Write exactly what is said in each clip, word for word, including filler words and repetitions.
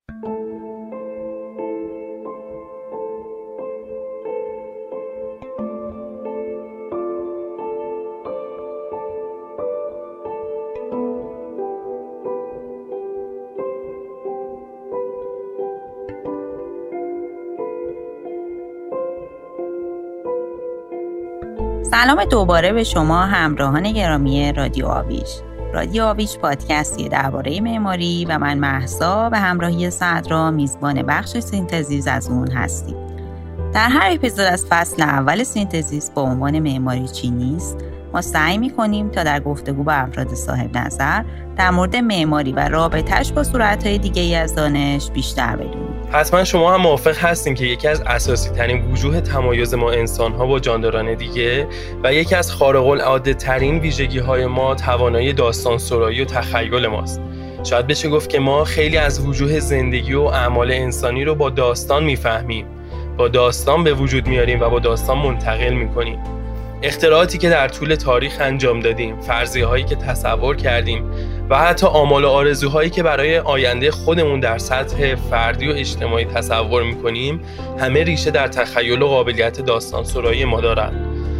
سلام دوباره به شما همراهان گرامی رادیو آویش. رادیو آویش پادکستی درباره معماری و من مهسا به همراهی صدرا میزبان بخش سینتزیس از اون هستیم. در هر اپیزود از فصل اول سینتزیس با عنوان معماری چی نیست، ما سعی می‌کنیم تا در گفتگو با افراد صاحب نظر در مورد معماری و رابطه‌اش با صورت‌های دیگه‌ای از دانش بیشتر بدونیم. حتما شما هم موافق هستین که یکی از اساسی ترین وجوه تمایز ما انسان‌ها با جانداران دیگه و یکی از خارق العاده ترین ویژگی‌های ما توانایی داستان سرایی و تخیل ماست. شاید بشه گفت که ما خیلی از وجوه زندگی و اعمال انسانی رو با داستان می‌فهمیم، با داستان به وجود میاریم و با داستان منتقل می‌کنیم. اختراعاتی که در طول تاریخ انجام دادیم، فرضیه‌هایی که تصور کردیم و حتی آمال و آرزوهایی که برای آینده خودمون در سطح فردی و اجتماعی تصور می‌کنیم، همه ریشه در تخیل و قابلیت داستان سرایی ما دارن.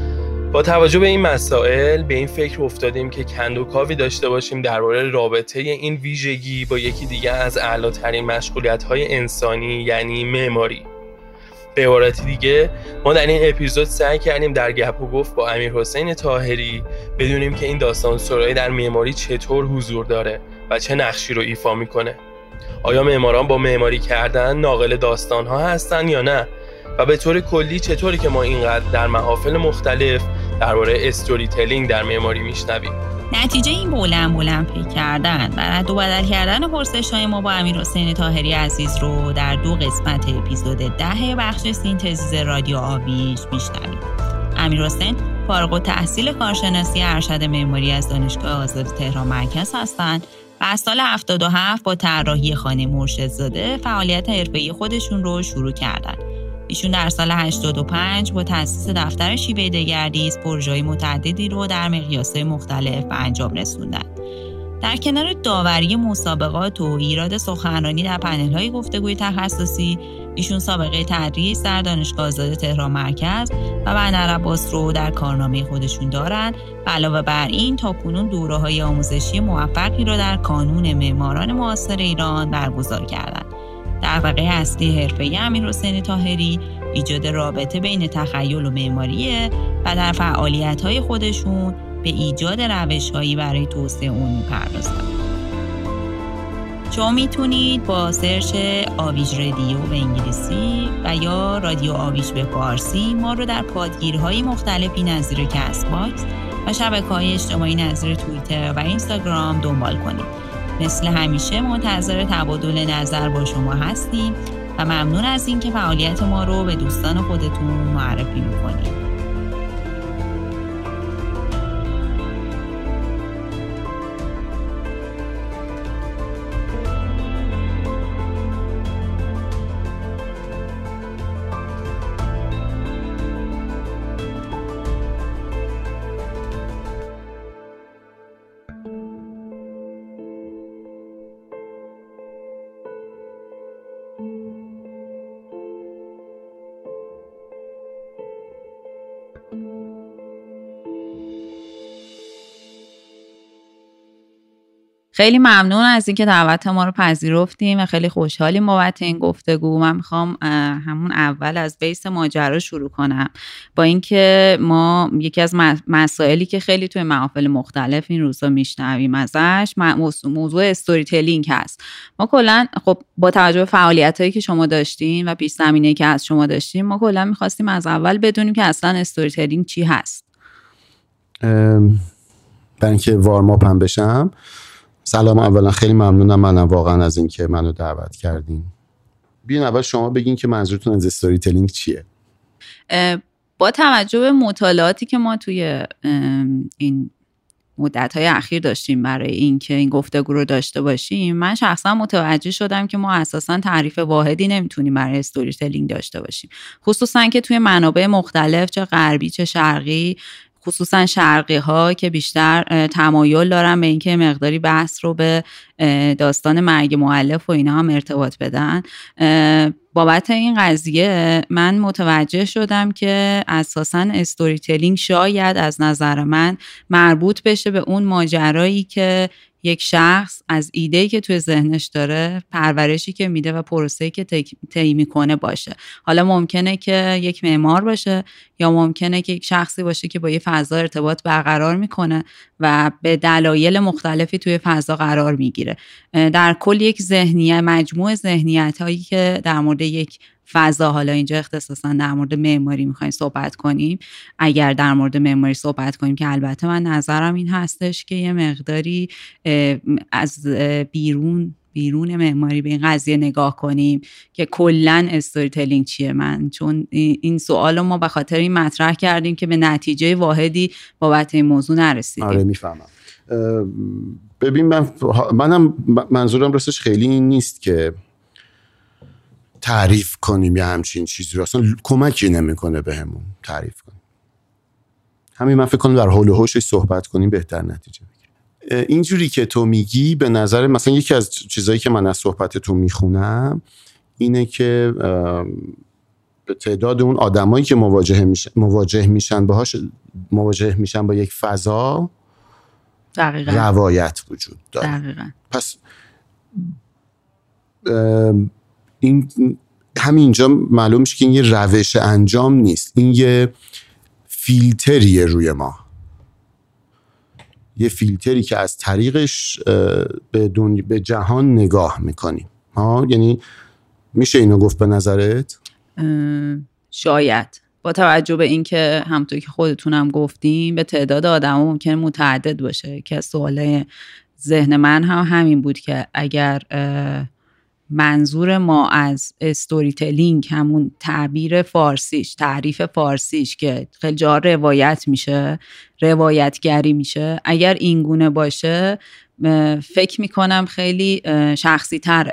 با توجه به این مسائل به این فکر افتادیم که کندوکاوی داشته باشیم درباره رابطه این ویژگی با یکی دیگه از اعلی‌ترین مشغولیت‌های انسانی، یعنی معماری. به عبارت دیگه ما در این اپیزود سعی کردیم در گپ و گفت با امیرحسین طاهری بدونیم که این داستان سرایی در معماری چطور حضور داره و چه نقشی رو ایفا میکنه. آیا معماران با معماری کردن ناقل داستان‌ها هستن یا نه؟ و به طور کلی چطوری که ما اینقدر در محافل مختلف درباره استوری تلینگ در معماری میشنویم؟ نتیجه این بلند بلند فکر کردن و رد و بدل کردن پرسش‌های ما با امیرحسین طاهری عزیز رو در دو قسمت اپیزود ده بخش سینتزیس رادیو آویش میشنویم. امیرحسین فارغ التحصیل کارشناسی ارشد معماری از دانشگاه آزاد تهران مرکز هستند و از سال هفتاد و هفت با طراحی خانه مرشدزاده فعالیت حرفه‌ای خودشون رو شروع کردن. ایشون در سال هشتاد و پنج با تأسیس دفتر شیوه دگردیس پروژه‌های متعددی رو در مقیاس‌های مختلف به انجام رسوندن. در کنار داوری مسابقات و ایراد سخنرانی در پنل‌های گفتگوی تخصصی، ایشون سابقه تدریس در دانشگاه آزاد تهران مرکز و بندرعباس رو در کارنامه خودشون دارن و علاوه بر این تاکنون دوره‌های آموزشی موفقی رو در کانون معماران معاصر ایران برگزار کردند. دغدغه اصلی حرفه‌ای امیرحسین طاهری ایجاد رابطه بین تخیل و معماریه و در فعالیت‌های خودشون به ایجاد روش‌هایی برای توسعه اون می‌پردازن. شما میتونید با سرچ آویش رادیو به انگلیسی و یا رادیو آویش به فارسی ما رو در پادگیرهای مختلفی نظیر کست باکس و شبکه‌های اجتماعی نظیر توییتر و اینستاگرام دنبال کنید. مثل همیشه منتظر تبادل نظر با شما هستیم و ممنون از اینکه فعالیت ما رو به دوستان خودتون معرفی میکنید. خیلی ممنون از اینکه دعوت ما رو پذیرفتیم و خیلی خوشحالیم بابت این گفتگو. من میخوام همون اول از بیس ماجرا شروع کنم با اینکه ما یکی از مسائلی که خیلی توی محافل مختلف این روزا میشنویم ازش موضوع استوری تلینگ هست. ما کلا خب با توجه به فعالیتایی که شما داشتین و پیش زمینه‌ای که از شما داشتین، ما کلا میخواستیم از اول بدونیم که اصلا استوری تلینگ چی هست. برای اینکه وارم اپ هم بشم، سلام. اولا خیلی ممنونم منم واقعا از اینکه منو دعوت کردین. بیاین اول شما بگین که منظورتون از استوری تلینگ چیه؟ با توجه به مطالعاتی که ما توی این مدت‌های اخیر داشتیم برای اینکه این گفتگو رو داشته باشیم، من شخصا متوجه شدم که ما اساسا تعریف واحدی نمیتونیم برای استوری تلینگ داشته باشیم، خصوصا که توی منابع مختلف چه غربی چه شرقی خصوصا شرقی ها که بیشتر تمایل دارن به اینکه مقداری بحث رو به داستان مرگ مؤلف و اینا هم ارتباط بدن. بابت این قضیه من متوجه شدم که اساساً استوری تلینگ شاید از نظر من مربوط بشه به اون ماجرایی که یک شخص از ایده‌ای که توی ذهنش داره، پرورشی که میده و پروسه‌ای که طی میکنه باشه. حالا ممکنه که یک معمار باشه یا ممکنه که یک شخصی باشه که با یه فضا ارتباط برقرار میکنه و به دلایل مختلفی توی فضا قرار میگیره. در کل یک ذهنیت، مجموعه ذهنیت‌هایی که در مورد یک فضا، حالا اینجا اختصاصا در مورد معماری میخوایم صحبت کنیم، اگر در مورد معماری صحبت کنیم که البته من نظرم این هستش که یه مقداری از بیرون بیرون معماری به این قضیه نگاه کنیم که کلن استوری تلینگ چیه. من چون این سوالو ما به خاطر این مطرح کردیم که به نتیجه واحدی بابت این موضوع نرسیدیم. آره میفهمم. ببین من منم منظورم راستش خیلی این نیست که تعریف کنیم یا همچین چیزی رو، اصلا کمکی نمیکنه بهمون تعریف کنیم. همین من فکر کنم در حول و حوشش صحبت کنیم بهتر نتیجه بگیریم. اینجوری که تو میگی به نظر مثلا یکی از چیزایی که من از صحبت تو میخونم اینه که به تعداد اون آدمایی که مواجه میشن مواجه میشن باهاش مواجه میشن با یک فضا دقیقاً روایت وجود داره. دقیقاً. پس این همینجا معلوم میشه که این یه روش انجام نیست، این یه فیلتریه روی ما، یه فیلتری که از طریقش به دنیا به جهان نگاه میکنیم. ها یعنی میشه اینو گفت به نظرت؟ شاید با توجه به این که همونطور که خودتونم گفتیم به تعداد آدم ممکنه متعدد باشه، که سوال ذهن من هم همین بود که اگر منظور ما از استوری تلینگ همون تعبیر فارسیش، تعریف فارسیش که خیلی جا روایت میشه، روایتگری میشه، اگر این گونه باشه فکر میکنم خیلی شخصی تره.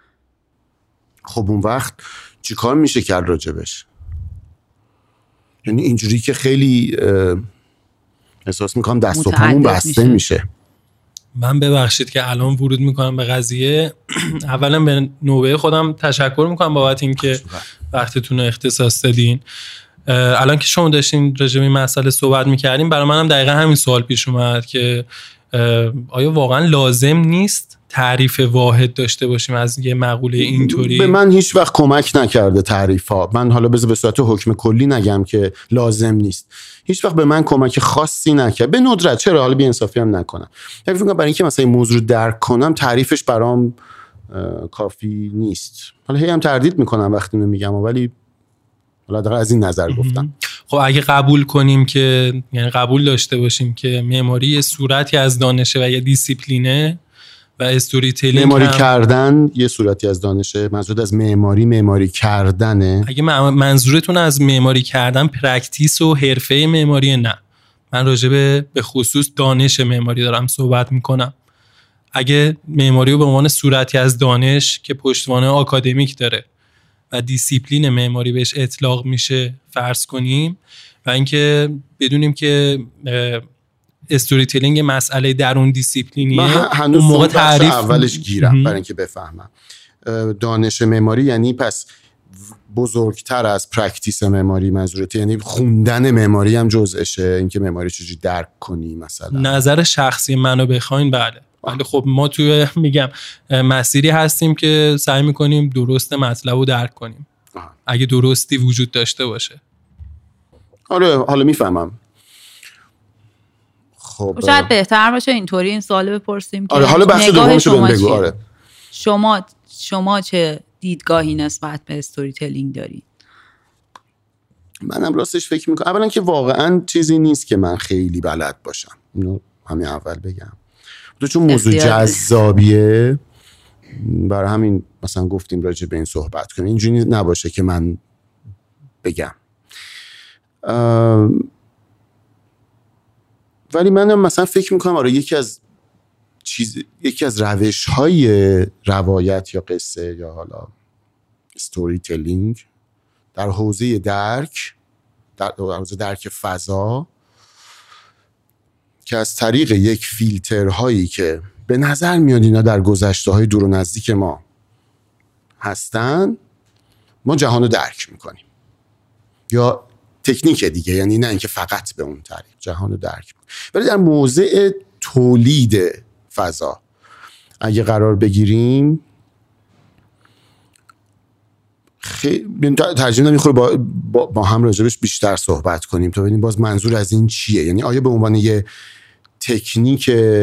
خب اون وقت چی کار میشه کرد راجبش؟ یعنی اینجوری که خیلی احساس میکنم دست و پامون بسته میشه. میشه من ببخشید که الان ورود میکنم به قضیه. اولا به نوبه خودم تشکر میکنم بابت اینکه وقتتون رو اختصاص دادین. الان که شما داشتین راجع به این مسئله صحبت میکردین، برای منم دقیقا همین سوال پیش اومد که آیا واقعا لازم نیست تعریف واحد داشته باشیم از یه مقوله اینطوری؟ به من هیچ وقت کمک نکرده تعریف ها. من حالا بذار به صورت حکم کلی نگم که لازم نیست، هیچ وقت به من کمک خاصی نکرد. به ندرت، چرا حالا بی‌انصافی هم نکنم، فکر می‌کنم برای اینکه مثلا این موضوع رو درک کنم تعریفش برام کافی نیست. حالا هی هم تردید میکنم وقتی اینو میگم، ولی حالا دقیقاً از این نظر گفتم. خب اگه قبول کنیم که یعنی قبول داشته باشیم که معماری یه صورتی از دانشه و یه دیسیپلینه و استوری تلینگ معماری هم... کردن یه صورتی از دانشه، منظور از معماری معماری کردنه. اگه منظورتون از معماری کردن پرکتیس و حرفه معماری، نه، من راجع به به خصوص دانش معماری دارم صحبت میکنم. اگه معماری رو به عنوان صورتی از دانش که پشتوانه آکادمیک داره و دیسیپلین معماری بهش اطلاق میشه فرض کنیم و اینکه بدونیم که استوری تلینگ مسئله درون دیسیپلینیه، اون موقع تعریف اولش گیرم برای اینکه بفهمم. دانش معماری یعنی پس بزرگتر از پرکتیس معماری منظورته، یعنی خوندن معماری هم جزءشه، اینکه معماری چجوری درک کنی مثلا. نظر شخصی منو بخواین بله، ولی خب ما توی میگم مسیری هستیم که سعی میکنیم درست مطلب رو درک کنیم آه. اگه درستی وجود داشته باشه. آره حالا میفهمم. خب شاید بهتر باشه اینطوری این سوال بپرسیم که آره حالا بحث دومشو بهم بگو. آره شما شما چه دیدگاهی نسبت به استوری تلینگ دارید؟ منم راستش فکر میکنم اولا که واقعا چیزی نیست که من خیلی بلد باشم، اینو همین اول بگم. تو چون موضوع جذابیه برای همین مثلا گفتیم راجع به این صحبت کنیم، اینجوری نباشه که من بگم. ولی منم مثلا فکر میکنم آره یکی از چیز یکی از روش‌های روایت یا قصه یا حالا استوری تلینگ در حوزه درک در حوزه درک فضا که از طریق یک فیلترهایی که به نظر میاد اینا در گذشته‌های دور و نزدیک ما هستن ما جهان رو درک میکنیم. یا تکنیک دیگه، یعنی نه اینکه فقط به اون طریق جهان رو درک میکنیم. ولی در موضع تولید فضا اگه قرار بگیریم خیلی ترجیح نمیخوره با, با, با هم راجبش بیشتر صحبت کنیم تا ببینیم باز منظور از این چیه. یعنی آیا به عنوان یه تکنیک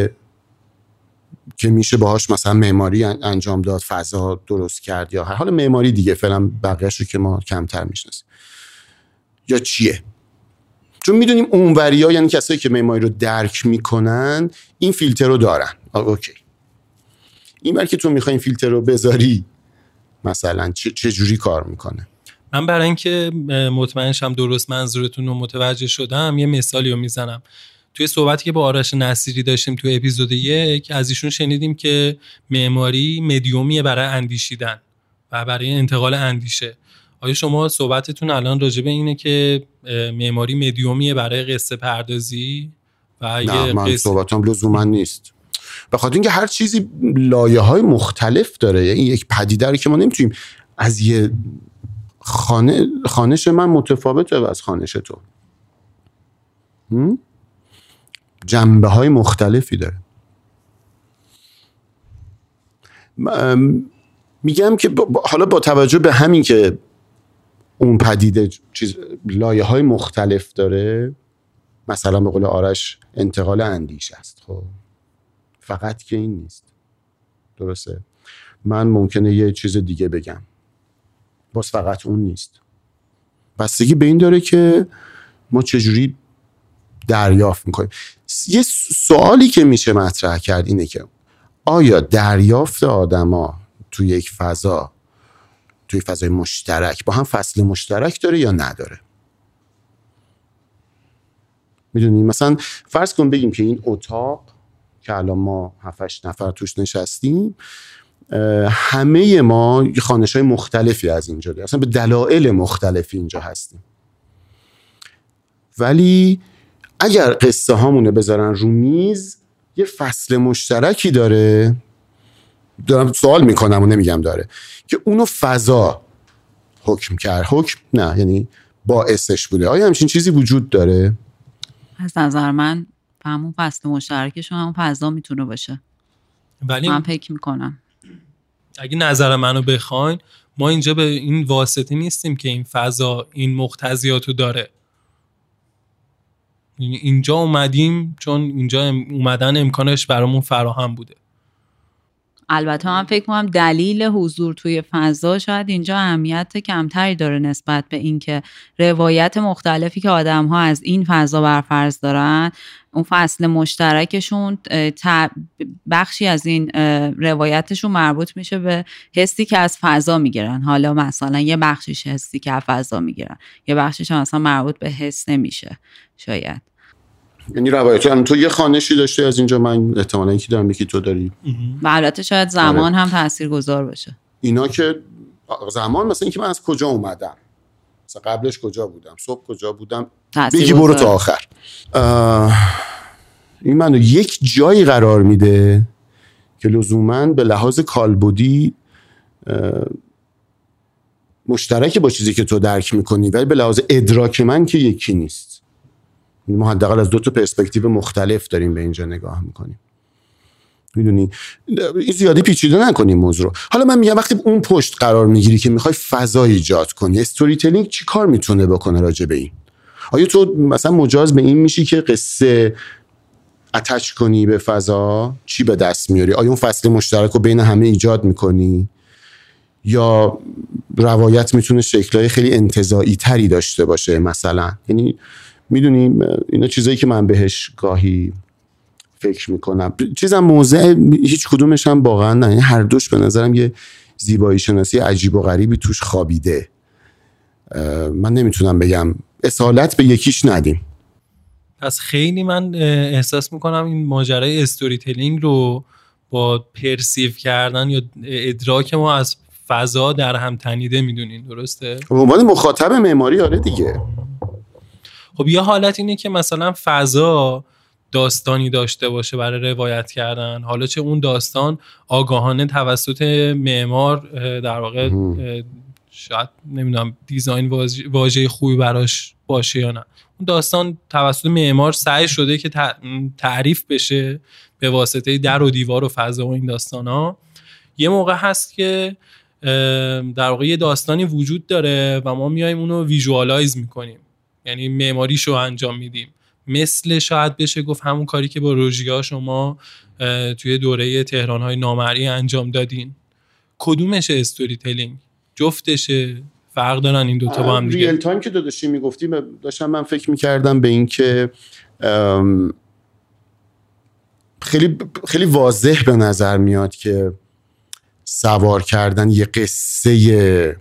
که میشه باهاش مثلا معماری انجام داد، فضا درست کرد، یا هر حال معماری دیگه، فعلا بقیه‌اش رو که ما کمتر میشناسیم، یا چیه؟ چون میدونیم اونوریا یعنی کسایی که معماری رو درک میکنن این فیلتر رو دارن. اوکی، این بر که تو میخوای این فیلتر رو بذاری مثلا چه, چه جوری کار میکنه؟ من برای اینکه مطمئن شم درست منظورتون رو متوجه شدم یه مثالی رو میزنم. توی صحبتی که با آرش نصیری داشتیم توی اپیزود یک از ایشون شنیدیم که معماری مدیومیه برای اندیشیدن و برای انتقال اندیشه. آیا شما صحبتتون الان راجع به اینه که معماری مدیومیه برای قصه پردازی؟ و نه، من قصه... صحبتم لزوما نیست. به خاطر اینکه هر چیزی لایه‌های مختلف داره. یعنی یک پدیده رو که ما نمیتونیم از یه خانه خانش من متفاوته از خانش تو. هم؟ جنبه های مختلفی داره. میگم که با حالا با توجه به همین که اون پدیده چیز لایه های مختلف داره، مثلا به قول آرش انتقال اندیشه است. خب فقط که این نیست، درسته؟ من ممکنه یه چیز دیگه بگم، باز فقط اون نیست. بستگی به این داره که ما چجوری دریافت میکنیم. یه سوالی که میشه مطرح کرد اینه که آیا دریافت آدما توی یک فضا، توی فضای مشترک با هم فصل مشترک داره یا نداره؟ میدونی مثلا فرض کن بگیم که این اتاق که الان ما هفت هشت نفر توش نشستیم، همه ما خانش‌های مختلفی از اینجا داریم، اصلا به دلایل مختلفی اینجا هستیم، ولی اگر قصه هامونه بذارن رو میز یه فصل مشترکی داره، دارم سوال میکنم و نمیگم داره، که اونو فضا حکم کرد. حکم نه، یعنی باعثش بوده. آیا همچین چیزی وجود داره؟ از نظر من همون فصل مشترکشون همون فضا میتونه باشه، ولی من فکر میکنم اگه نظر منو بخواین ما اینجا به این واسطه نیستیم که این فضا این مقتضیاتو داره. اینجا اومدیم چون اینجا اومدن امکانش برامون فراهم بوده. البته من فکر کنم دلیل حضور توی فضا شاید اینجا اهمیت کمتری داره نسبت به اینکه روایت مختلفی که آدم‌ها از این فضا برفرض دارن، اون فصل مشترکشون بخشی از این روایتشون مربوط میشه به حسی که از فضا میگیرن. حالا مثلا یه بخشش حسی که از فضا میگیرن، یه بخشش مثلا مربوط به حس نمیشه شاید. یعنی روایت هم تو یه خانشی داشته از اینجا، من احتمالاً اینکه دارم یکی تو داری. و البته شاید زمان هم تاثیرگذار باشه. اینا که زمان مثلا اینکه من از کجا اومدم، مثلا قبلش کجا بودم، صبح کجا بودم، بگی برو تا آخر. این منو یک جایی قرار میده که لزوماً به لحاظ کالبدی مشترک با چیزی که تو درک میکنی، ولی به لحاظ ادراک من که یکی نیست. ما حداقل از دو تا پرسپکتیو مختلف داریم به اینجا نگاه میکنیم. میدونی این زیادی پیچیده نکنیم موضوع رو. حالا من میگم وقتی اون پشت قرار میگیری که میخوای فضا ایجاد کنی، استوری تلینگ چی کار میتونه بکنه راجع به این؟ آیا تو مثلا مجاز به این میشی که قصه اتچ کنی به فضا؟ چی به دست میاری؟ آیا اون فصل مشترک رو بین همه ایجاد میکنی؟ یا روایت میتونه شکل‌های خیلی انتزاعی تری داشته باشه مثلا؟ یعنی میدونیم اینا چیزایی که من بهش گاهی فکر میکنم. چیزم موضع هیچ کدومش هم واقعا نه، یعنی هر دوش به نظرم یه زیبایی شناسی عجیب و غریبی توش خوابیده. من نمیتونم بگم اصالت به یکیش ندیم. پس خیلی من احساس میکنم این ماجرای استوری تلینگ رو با پرسیو کردن یا ادراک ما از فضا در هم تنیده میدونین، درسته؟ به عنوان مخاطب معماری آره دیگه. خب یه حالت اینه که مثلا فضا داستانی داشته باشه برای روایت کردن، حالا چه اون داستان آگاهانه توسط معمار در واقع شاید نمیدونم دیزاین واژه خوبی براش باشه یا نه، اون داستان توسط معمار سعی شده که تعریف بشه به واسطه در و دیوار و فضا و این داستانا. یه موقع هست که در واقع یه داستانی وجود داره و ما میایم اونو ویژوالایز میکنیم، یعنی معماریشو انجام میدیم، مثل شاید بشه گفت همون کاری که با روژیا شما توی دوره تهران‌های نامرئی انجام دادین. کدومشه استوری تلینگ؟ جفتشه؟ فرق دارن این دوتا با هم دیگه؟ ریل تایم که داداشی میگفتی داشتم من فکر میکردم به این که خیلی خیلی واضح به نظر میاد که سوار کردن یه قصه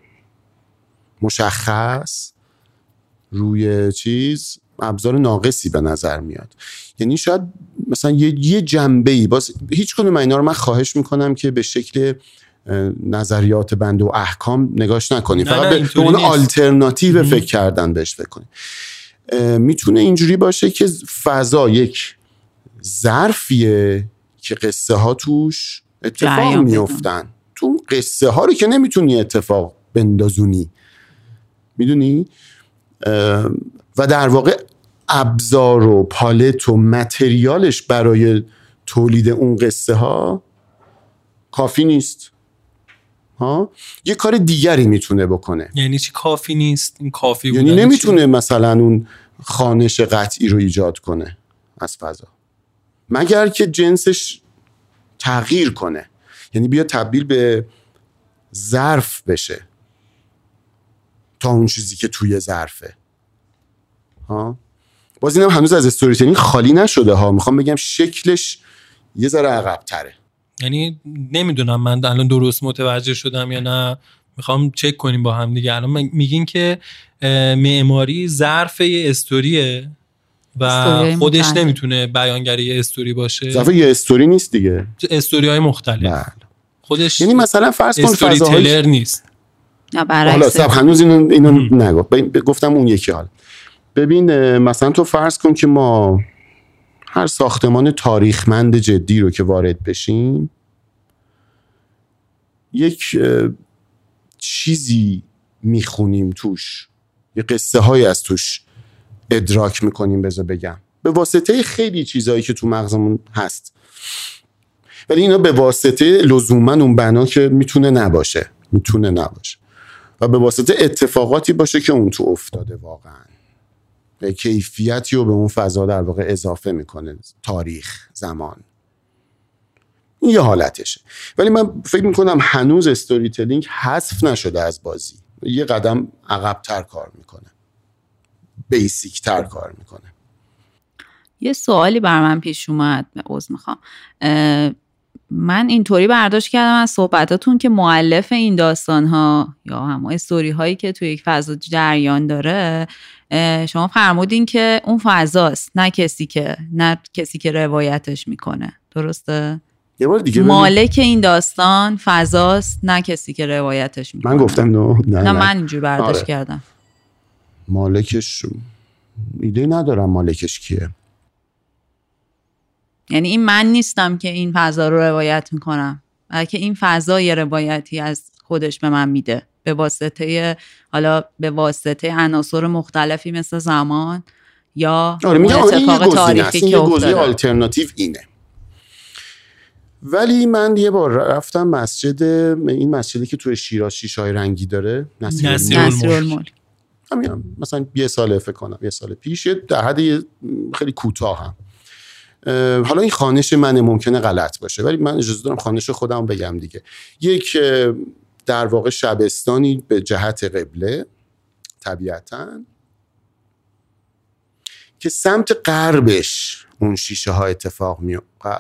مشخص روی چیز ابزار ناقصی به نظر میاد. یعنی شاید مثلا یه, یه جنبه‌ای، باز هیچ کنون اینا رو من خواهش میکنم که به شکل نظریات بند و احکام نگاش نکنیم، فقط به اون آلترناتیو فکر کردن بهش فکر کنیم. میتونه اینجوری باشه که فضا یک ظرفیه که قصه ها توش اتفاق میفتن، تو قصه ها رو که نمیتونی اتفاق بندازونی، میدونی؟ و در واقع ابزار و پالت و متریالش برای تولید اون قصه ها کافی نیست ها، یه کار دیگری میتونه بکنه. یعنی چی کافی نیست؟ این کافی یعنی نمیتونه چی؟ مثلا اون خوانش قطعی رو ایجاد کنه از فضا، مگر که جنسش تغییر کنه، یعنی بیا تبدیل به ظرف بشه تا اون چیزی که توی ظرفه ها. باز اینم هنوز از استوری تلینگ خالی نشده ها، میخوام بگم شکلش یه ذره عقب تره. یعنی نمیدونم من الان درست متوجه شدم یا نه، میخوام چک کنیم با هم دیگه. الان میگین که معماری ظرف یه استوریه و خودش مختلف. نمیتونه بیانگر یه استوری باشه. ظرف یه استوری نیست دیگه، استوری های مختلف. بله. خودش یعنی مثلا فرض کن استوری تلر نیست. نه برعکس. حالا سب هنوز اینو اینو نگفت، گفتم اون یکی. حال ببین مثلا تو فرض کن که ما هر ساختمان تاریخمند جدی رو که وارد بشیم یک چیزی میخونیم توش، یه قصه های از توش ادراک میکنیم، بذار بگم به واسطه خیلی چیزایی که تو مغزمون هست، ولی اینا به واسطه لزوما اون بنا که میتونه نباشه میتونه نباشه و به واسطه اتفاقاتی باشه که اون تو افتاده، واقعا کیفیتی رو به اون فضا در واقع اضافه میکنه، تاریخ، زمان، این یه حالتشه. ولی من فکر میکنم هنوز استوری تلینگ حذف نشده از بازی، یه قدم عقب‌تر کار میکنه، بیسیک تر کار میکنه. یه سوالی بر من پیش اومد، عذر میخوام. من اینطوری برداشت کردم از صحبتاتون که مؤلف این داستان‌ها یا هم استوری هایی که توی یک فضا جریان داره، شما فرمودین که اون فضاست، نه کسی که نه کسی که روایتش میکنه، درسته؟ یه بار دیگه مالک این داستان فضاست، نه کسی که روایتش میکنه. من گفتم نه نه, نه من اینجور برداشت آره. کردم. مالکش ایده ندارم مالکش کیه. یعنی این من نیستم که این فضا رو روایت میکنم، بلکه این فضا یه روایتی از خودش به من میده به واسطه حالا به واسطه عناصر مختلفی مثل زمان یا آره اتفاق تاریخی که افتاده. یه آلترناتیو اینه. ولی من یه بار رفتم مسجد، این مسجدی که توی شیراز شیشه‌های رنگی داره، نصیرالملک، همین مثلا یه سال فکر کنم یه سال پیش، در حد خیلی کوتاه هم. حالا این خوانش منه، ممکنه غلط باشه ولی من اجازه دارم خوانش خودم بگم دیگه. یک در واقع شبستانی به جهت قبله طبیعتاً که سمت غربش اون شیشه ها اتفاق می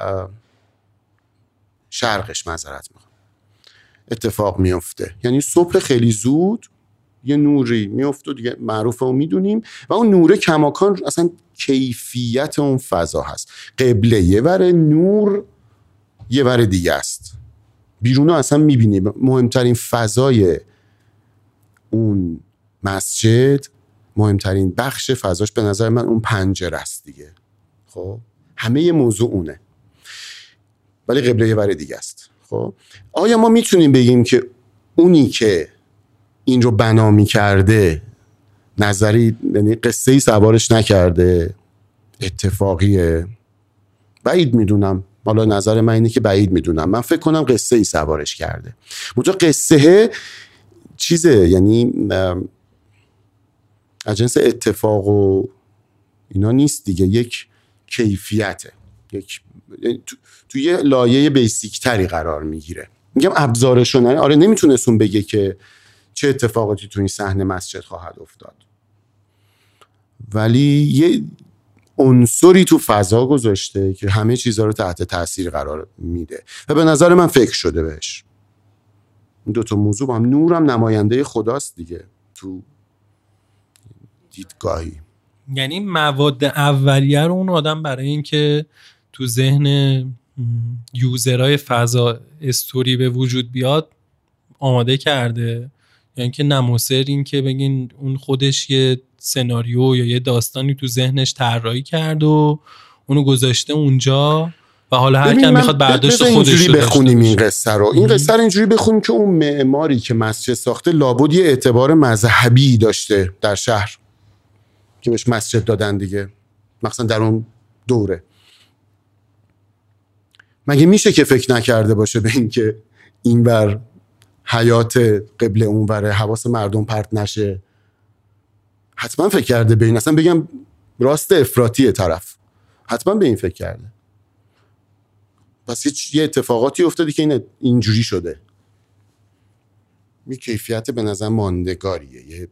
شرقش معذرت میخوام اتفاق میفته، یعنی صبح خیلی زود یه نوری میفته دیگه، معروفه و میدونیم، و اون نوره کماکان اصلا کیفیت اون فضا هست. قبله یه ور، نور یه ور دیگه است، بیرون رو اصلا میبینی. مهمترین فضای اون مسجد، مهمترین بخش فضاش به نظر من اون پنجره است دیگه. خب همه موضوع اونه، ولی قبله یه ور دیگه است. خب آیا ما میتونیم بگیم که اونی که این رو بنا می‌کرده نظری، یعنی قصه‌ای سوارش نکرده، اتفاقیه؟ بعید میدونم. حالا نظر من اینه که بعید میدونم. من فکر کنم قصه‌ای سوارش کرده. منتها قصه چیزه، یعنی از جنس اتفاق و اینا نیست دیگه، یک کیفیته، یک تو, تو یه لایه بیسیک تری قرار میگیره. میگم ابزارشون، آره نمیتونستون بگه که چه اتفاقاتی تو این صحنه مسجد خواهد افتاد، ولی یه عنصری تو فضا گذاشته که همه چیزها رو تحت تاثیر قرار میده و به نظر من فکر شده بهش. این دوتا موضوع با هم، نورم نماینده خداست دیگه تو دیدگاهی. یعنی مواد اولیه رو اون آدم برای این که تو ذهن یوزرهای فضا استوری به وجود بیاد آماده کرده، یعنی که نموسر این که بگین اون خودش یه سناریو یا یه داستانی تو ذهنش طراحی کرد و اونو گذاشته اونجا و حالا هر کی میخواد برداشت خودش رو بخونیم این قصه رو. این قصه رو اینجوری بخونیم که اون معماری که مسجد ساخته لابد یه اعتبار مذهبی داشته در شهر که بهش مسجد دادن دیگه، مثلا در اون دوره. مگه میشه که فکر نکرده باشه به این که این بر حیات قبله اون بره، حواس مردم پرت نشه؟ حتما فکر کرده به این. اصلا بگم راست افراطیه طرف، حتما به این فکر کرده. پس یه اتفاقاتی افتاده که این اینجوری شده. می کیفیت به نظر ماندگاریه، یه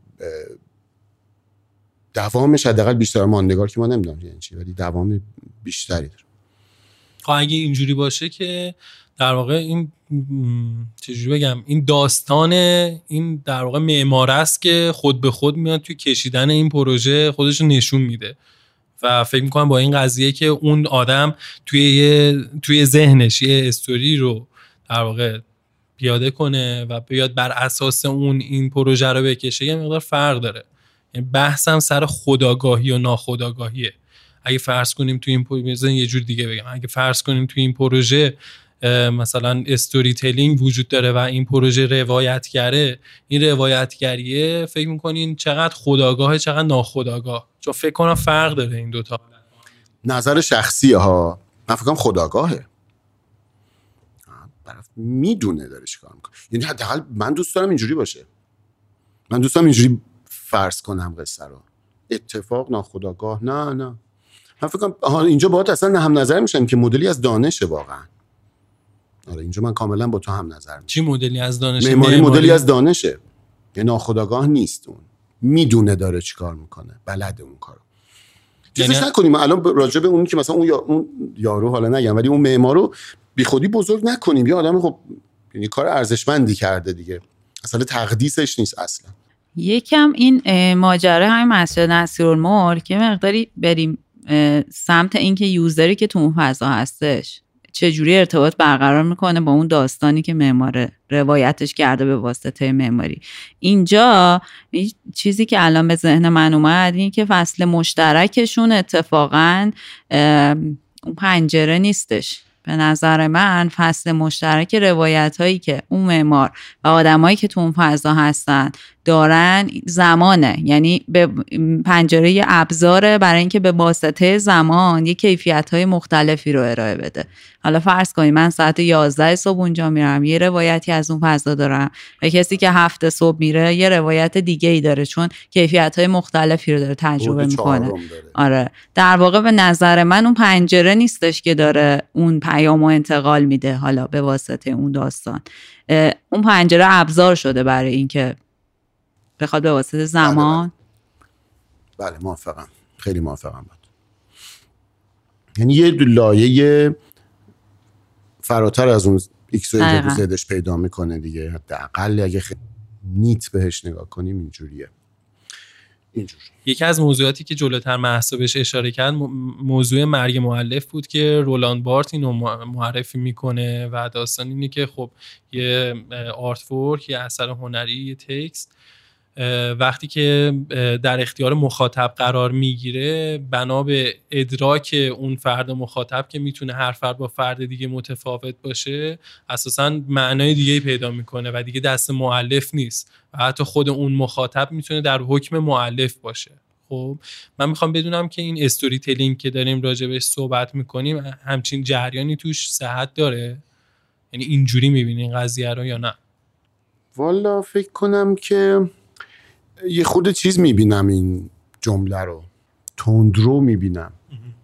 دوامش حداقل بیشتر، ماندگار که ما نمیدونم یعنی چی، ولی دوام بیشتری داره. خب اگه اینجوری باشه که در واقع این چجوری بگم، این داستان این در واقع معمار است که خود به خود میاد توی کشیدن این پروژه خودش رو نشون میده و فکر میکنم با این قضیه که اون آدم توی یه توی ذهنش یه استوری رو در واقع پیاده کنه و بیاد بر اساس اون این پروژه رو بکشه، یه مقدار فرق داره. یعنی بحثم سر خودآگاهی و ناخودآگاهیه. اگه فرض کنیم توی این پروژه، یه جور دیگه بگم، اگه فرض کنیم توی این پروژه مثلا استوری تلینگ وجود داره و این پروژه روایتگره، این روایتگریه فکر میکنین چقدر خودآگاهه چقدر ناخودآگاه؟ چون فکر کنم فرق داره این دوتا. نظر شخصیه ها، من فکر کنم خودآگاهه، طرف میدونه داره چیکار میکنه. یعنی حداقل من دوست دارم اینجوری باشه، من دوست دارم اینجوری فرض کنم قصه رو. اتفاق ناخودآگاه، نه نه من فکر کنم اینجا باهات اصلا هم نظر میشم که مدلی از دانشه واقعا. آره اینجا من کاملا با تو هم نظر میشم. چی مدلی از دانشه؟ معماری مدلی از دانشه، یعنی ناخودآگاه نیست، اون میدونه داره چیکار میکنه، بلده اون کارو. چیزش یعنی... نکنیم الان راجع به اون که مثلا اون, یا... اون یارو حالا نگم، ولی اون معمارو بی خودی بزرگ نکنیم. یه آدم خب یعنی کار ارزشمندی کرده دیگه، اصلا تقدیسش نیست اصلا. یکم این ماجرا همین مسجد نصیرالملک که مقداری بریم سمت اینکه یوزری که تو اون فضا هستش چجوری ارتباط برقرار میکنه با اون داستانی که معمار روایتش کرده به واسطه معماری. اینجا چیزی که الان به ذهن من اومد این که فصل مشترکشون اتفاقاً اون پنجره نیستش. به نظر من فصل مشترک روایت هایی که اون معمار و آدمایی که تو اون فضا هستن دارن زمانه، یعنی به پنجره ابزاره برای اینکه به واسطه زمان یک کیفیت های مختلفی رو ارائه بده. حالا فرض کنید من ساعت یازده صبح اونجا میرم، یه روایتی از اون فضا دارم، و کسی که هفت صبح میره یه روایت دیگه ای داره، چون کیفیت های مختلفی رو داره تجربه میکنه. آره در واقع به نظر من اون پنجره نیستش که داره اون پیامو انتقال میده حالا به واسطه اون داستان. اون پنجره ابزار شده برای اینکه بخواد به واسطه زمان. بله, بله. بله موافقم، خیلی موافقم بود. یعنی یه لایه فراتر از اون ایکس و ایگرگ زدش پیدا میکنه دیگه. حداقل اگه خیلی نیت بهش نگاه کنیم اینجوریه. اینجور. یکی از موضوعاتی که جلوتر مهسا بهش اشاره کرد موضوع مرگ مؤلف بود که رولاند بارت اینو معرفی میکنه و داستان اینه که خب یه آرت ورک، یه اثر هنری، یه تکست وقتی که در اختیار مخاطب قرار میگیره بنا به ادراک اون فرد مخاطب که میتونه هر فرد با فرد دیگه متفاوت باشه اساساً معنای دیگه‌ای پیدا میکنه و دیگه دست مؤلف نیست و حتی خود اون مخاطب میتونه در حکم مؤلف باشه. خب من میخوام بدونم که این استوری تلینگ که داریم راجبش صحبت میکنیم همچین جریانی توش صحت داره؟ یعنی اینجوری میبینین قضیه رو یا نه؟ والا فکر کنم که یه خود چیز میبینم این جمله رو، تندرو میبینم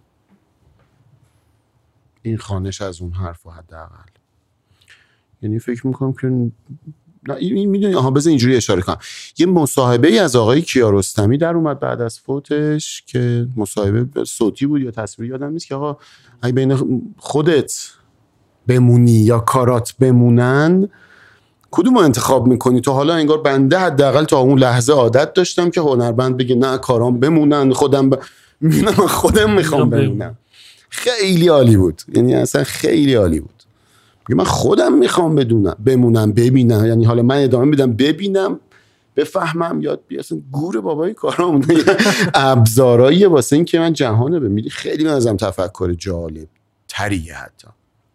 این خانش از اون حرف و حداقل. یعنی فکر میکنم که نه این میدونی آها بذار اینجوری اشاره کنم. یه مصاحبه ای از آقای کیارستمی در اومد بعد از فوتش که مصاحبه صوتی بود یا تصویری یادم نیست که آقا اگه بین خودت بمونی یا کارات بمونن کدوم رو انتخاب میکنی؟ تو حالا انگار بنده حداقل تا اون لحظه عادت داشتم که هنرمند بگه نه کارام بمونن خودم ب... من خودم میخوام بمونم. خیلی عالی بود، یعنی اصلا خیلی عالی بود. من خودم میخوام بدونم بمونم ببینم، یعنی حالا من ادامه میدم ببینم بفهمم یاد بیارم. اصلا گور بابای کارام ابزارایی واسه این که من جهانو ببینم. خیلی من ازم تفکر جالب تریه حتی.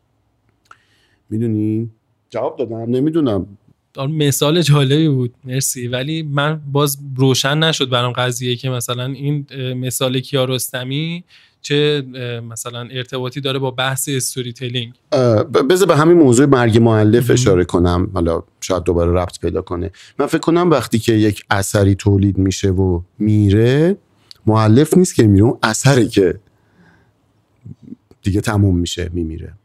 میدونی جواب دادم نمیدونم. مثال جالبی بود مرسی، ولی من باز روشن نشد برام قضیه که مثلا این مثال کیارستمی چه مثلا ارتباطی داره با بحث استوری تلینگ. بذار به همین موضوع مرگ مؤلف اشاره کنم، حالا شاید دوباره ربط پیدا کنه. من فکر کنم وقتی که یک اثری تولید میشه و میره مؤلف نیست که میره، اون اثری که دیگه تموم میشه میمیره.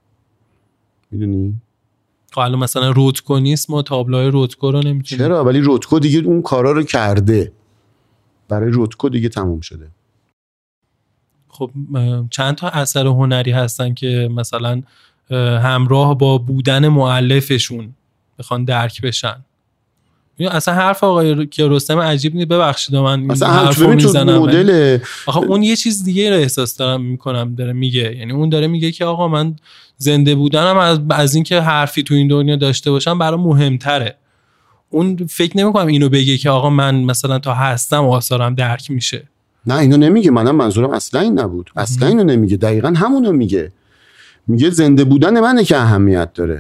میدونی؟ حالا مثلا رودکو نیست، ما تابلوهای رودکو رو نمیتونیم. چرا؟ ولی رودکو دیگه اون کارا رو کرده، برای رودکو دیگه تموم شده. خب چند تا اثر هنری هستن که مثلا همراه با بودن مؤلفشون بخوان درک بشن. اصلا حرف آقای کیارستمی عجیب نیست، ببخشید من اصلا حرفو میزنم مدل آخه اون یه چیز دیگه رو احساس دارم میکنم داره میگه، یعنی اون داره میگه که آقا من زنده بودنم از از این که حرفی تو این دنیا داشته باشم برام مهمتره. اون فکر نمیکنم اینو بگه که آقا من مثلا تا هستم آثارم درک میشه. نه اینو نمیگه، منم منظورم اصلا این نبود، اصلا اینو نمیگه، دقیقاً همونو میگه. میگه زنده بودن منه که اهمیت داره،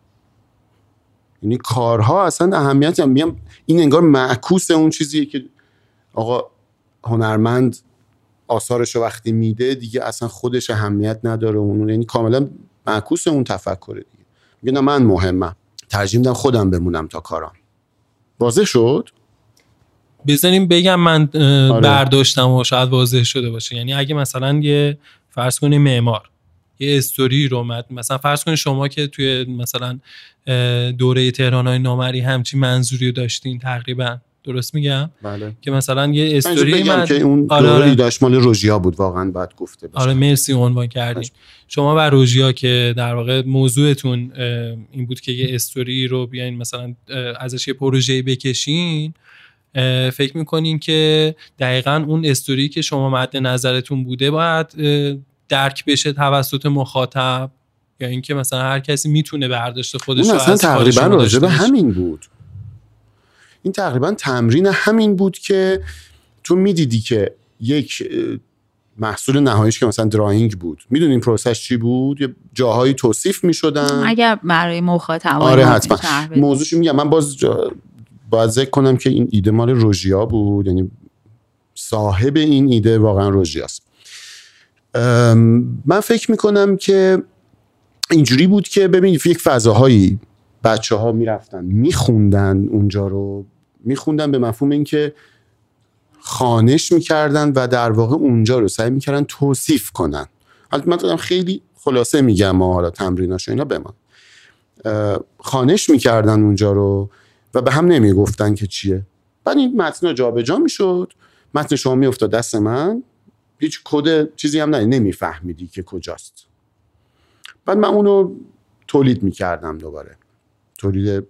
یعنی کارها اصلا اهمیت هم میگم این انگار معکوس اون چیزیه که آقا هنرمند آثارشو وقتی میده دیگه اصلا خودش اهمیت نداره اون، یعنی کاملا معکوس اون تفکره دیگه. میگه نه من مهمم، ترجیح میدم خودم بمونم تا کارام. واضح شد؟ بذاریم بگم من آره. برداشتم و شاید واضح شده باشه. یعنی اگه مثلا یه فرض کنی معمار یه استوری رو مد... مثلا فرض کنی شما که توی مثلا دوره تهران‌های نامری همچین منظوری رو داشتین تقریبا، درست میگم؟ بله. که مثلا یه استوری من که اون آره دوره آره. داشت مال روژیا بود، واقعا باید گفته بشه. آره مرسی عنوان کردین. شما و روژیا که در واقع موضوعتون این بود که یه استوری رو بیاین مثلا ازش یه پروژه بکشین، فکر میکنین که دقیقاً اون استوری که شما مد نظرتون بوده باید درک بشه توسط مخاطب، یا اینکه مثلا هر کسی میتونه برداشت خودش رو از تقریبا راجع به همین بود. این تقریبا تمرین همین بود که تو میدیدی که یک محصول نهاییش که مثلا دراینگ بود، میدونین پروسش چی بود، یه جاهایی توصیف میشدن اگر برای مخاطب. آره حتما موضوعش میگم. من باز جا... باید ذکر کنم که این ایده مال روژیا بود، یعنی صاحب این ایده واقعا روژیاست. من فکر میکنم که اینجوری بود که ببینید یک فضاهایی بچه ها میرفتن میخوندن اونجا رو، میخوندن به مفهوم این که خوانش میکردن و در واقع اونجا رو سعی میکردن توصیف کنن. حالا من دادم خیلی خلاصه میگم و حالا تمریناشو اینا بمان. خوانش میکردن اونجا رو و به هم نمیگفتن که چیه. بعد این متن جا به جا میشد، متن شما میافتاد دست من، هیچ کد چیزی هم نه، نمیفهمیدی که کجاست. بعد من اونو تولید میکردم، دوباره تولید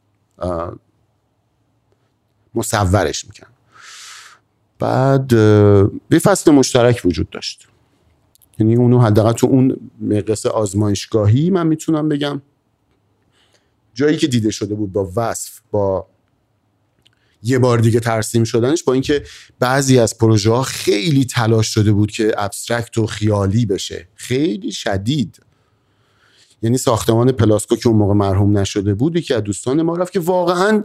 مصورش میکردم. بعد یه فصل مشترک وجود داشت، یعنی اونو حداقل تو اون مقیاس آزمایشگاهی من میتونم بگم جایی که دیده شده بود با وصف، با یه بار دیگه ترسیم شدنش با اینکه بعضی از پروژه ها خیلی تلاش شده بود که ابسترکت و خیالی بشه، خیلی شدید. یعنی ساختمان پلاسکو که اون موقع مرحوم نشده بود، یکی از دوستان ما رفت که واقعا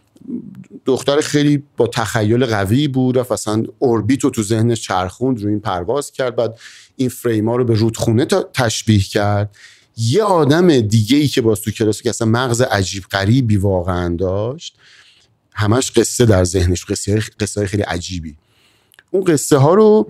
دختر خیلی با تخیل قوی بود، رفت اصلا اوربیت رو تو ذهنش چرخوند، رو این پرواز کرد، بعد این فریما رو به رودخونه تشبیه کرد. یه آدم دیگه ای که باز تو کلاس که اصلا مغز عجیب غریبی واقعا داشت، همش قصه در ذهنش، قصه قصه های خیلی عجیبی، اون قصه ها رو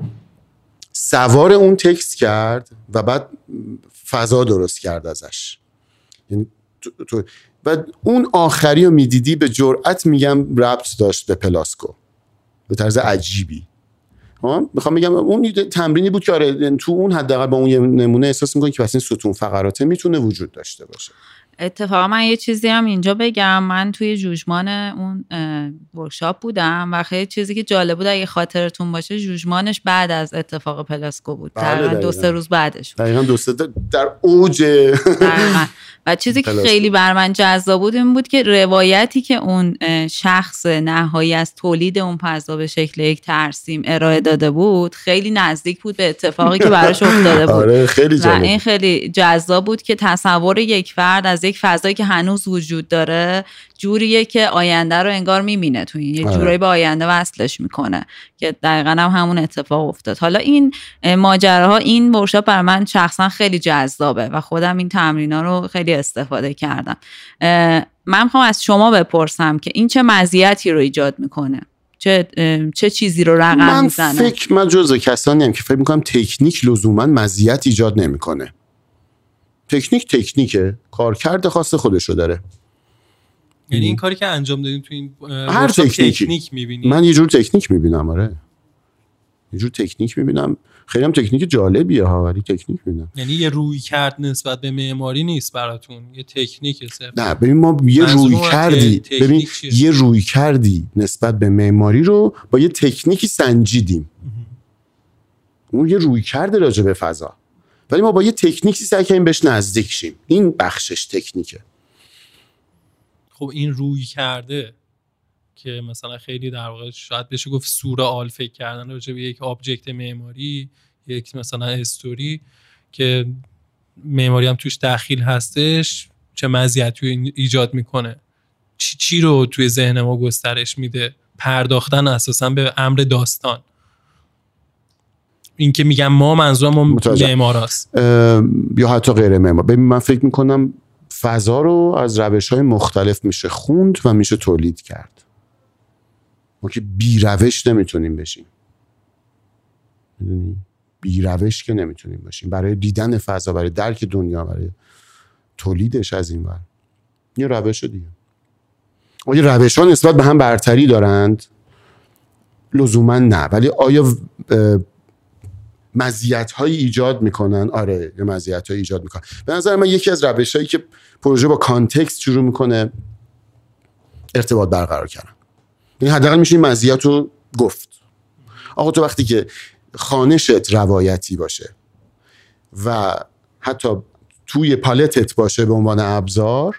سوار اون تکست کرد و بعد فضا درست کرد ازش. یعنی تو, تو و اون آخری رو میدیدی به جرئت میگم ربط داشت به پلاسکو به طرز عجیبی. ها میخوام بگم اون تمرینی بود که آره تو اون حداقل با اون یه نمونه احساس میکنی که پس این ستون فقراته میتونه وجود داشته باشه. اتفاقا من یه چیزی هم اینجا بگم، من توی جوجمان اون ورکشاپ بودم و خیلی چیزی که جالب بود اگه خاطرتون باشه جوجمانش بعد از اتفاق پلاسکو بود. تقریبا دو سه روز بعدش بود. دقیقاً دو سه در اوج. دقیقاً. و چیزی که خیلی بر من جذاب بود این بود که روایتی که اون شخص نهایی از تولید اون فضا به شکل یک ترسیم ارائه داده بود خیلی نزدیک بود به اتفاقی که براش افتاده بود. آره خیلی جالب. و این خیلی جذاب بود که تصور یک فرد از یک فضایی که هنوز وجود داره جوریه که آینده رو انگار میبینه تو این، یک جورایی به آینده وصلش میکنه که دقیقاً هم همون اتفاق افتاد. حالا این ماجراها، این ورکشاپ برای من شخصا خیلی جذابه و خودم این تمرینا رو خیلی استفاده کردم. من میخوام از شما بپرسم که این چه مزیتی رو ایجاد میکنه؟ چه چه چیزی رو رقم میزنه؟ من فکر من جزء کسانی ام که فکر میکنم تکنیک لزوما مزیت ایجاد نمیکنه. تکنیک تکنیکه، کارکرد خاص خودشو داره. یعنی این کاری که انجام دادیم تو این هر تکنیکی تکنیک می‌بینی؟ من یه جور تکنیک می‌بینم. آره یه جور تکنیک می‌بینم، خیلی هم تکنیک جالبیه ها، ولی تکنیک می‌بینم. یعنی یه روی کرد نسبت به معماری نیست براتون، یه تکنیکه صرف. نه ببین ما یه روی کردی ببین یه روی کردی نسبت به معماری رو با یه تکنیکی سنجیدیم. اون یه روی کرد راجع به فضا، ولی ما با یه تکنیکی سعی کردیم بهش نزدیک شیم. این بخشش تکنیکه. خب این روی کرده که مثلا خیلی در واقع شاید بشه گفت سورئال فکر کردن راجع به یک آبجکت معماری، یک مثلا استوری که معماری هم توش دخیل هستش، چه مزیتی ایجاد میکنه؟ چی چی رو توی ذهن ما گسترش میده؟ پرداختن اساسا به امر داستان. این که میگم ما منظورم ما معماراست یا حتی غیر معمار. ببین من فکر میکنم فضا رو از روش‌های مختلف میشه خوند و میشه تولید کرد. ما که بی روش نمیتونیم بشیم. میدونی؟ بی روش که نمیتونیم باشیم برای دیدن فضا، برای درک دنیا، برای تولیدش از این ور. یه روش دیگه. آیا روش‌ها نسبت به هم برتری دارند؟ لزوما نه، ولی آیا مزیت‌هایی ایجاد میکنن؟ آره یه مزیت‌هایی ایجاد میکنن. به نظر من یکی از روش‌هایی که پروژه با کانتکست شروع میکنه ارتباط برقرار کردن. یعنی حداقل میشه این مزیت رو گفت. آقا تو وقتی که خوانشت روایتی باشه و حتی توی پالتت باشه به عنوان ابزار،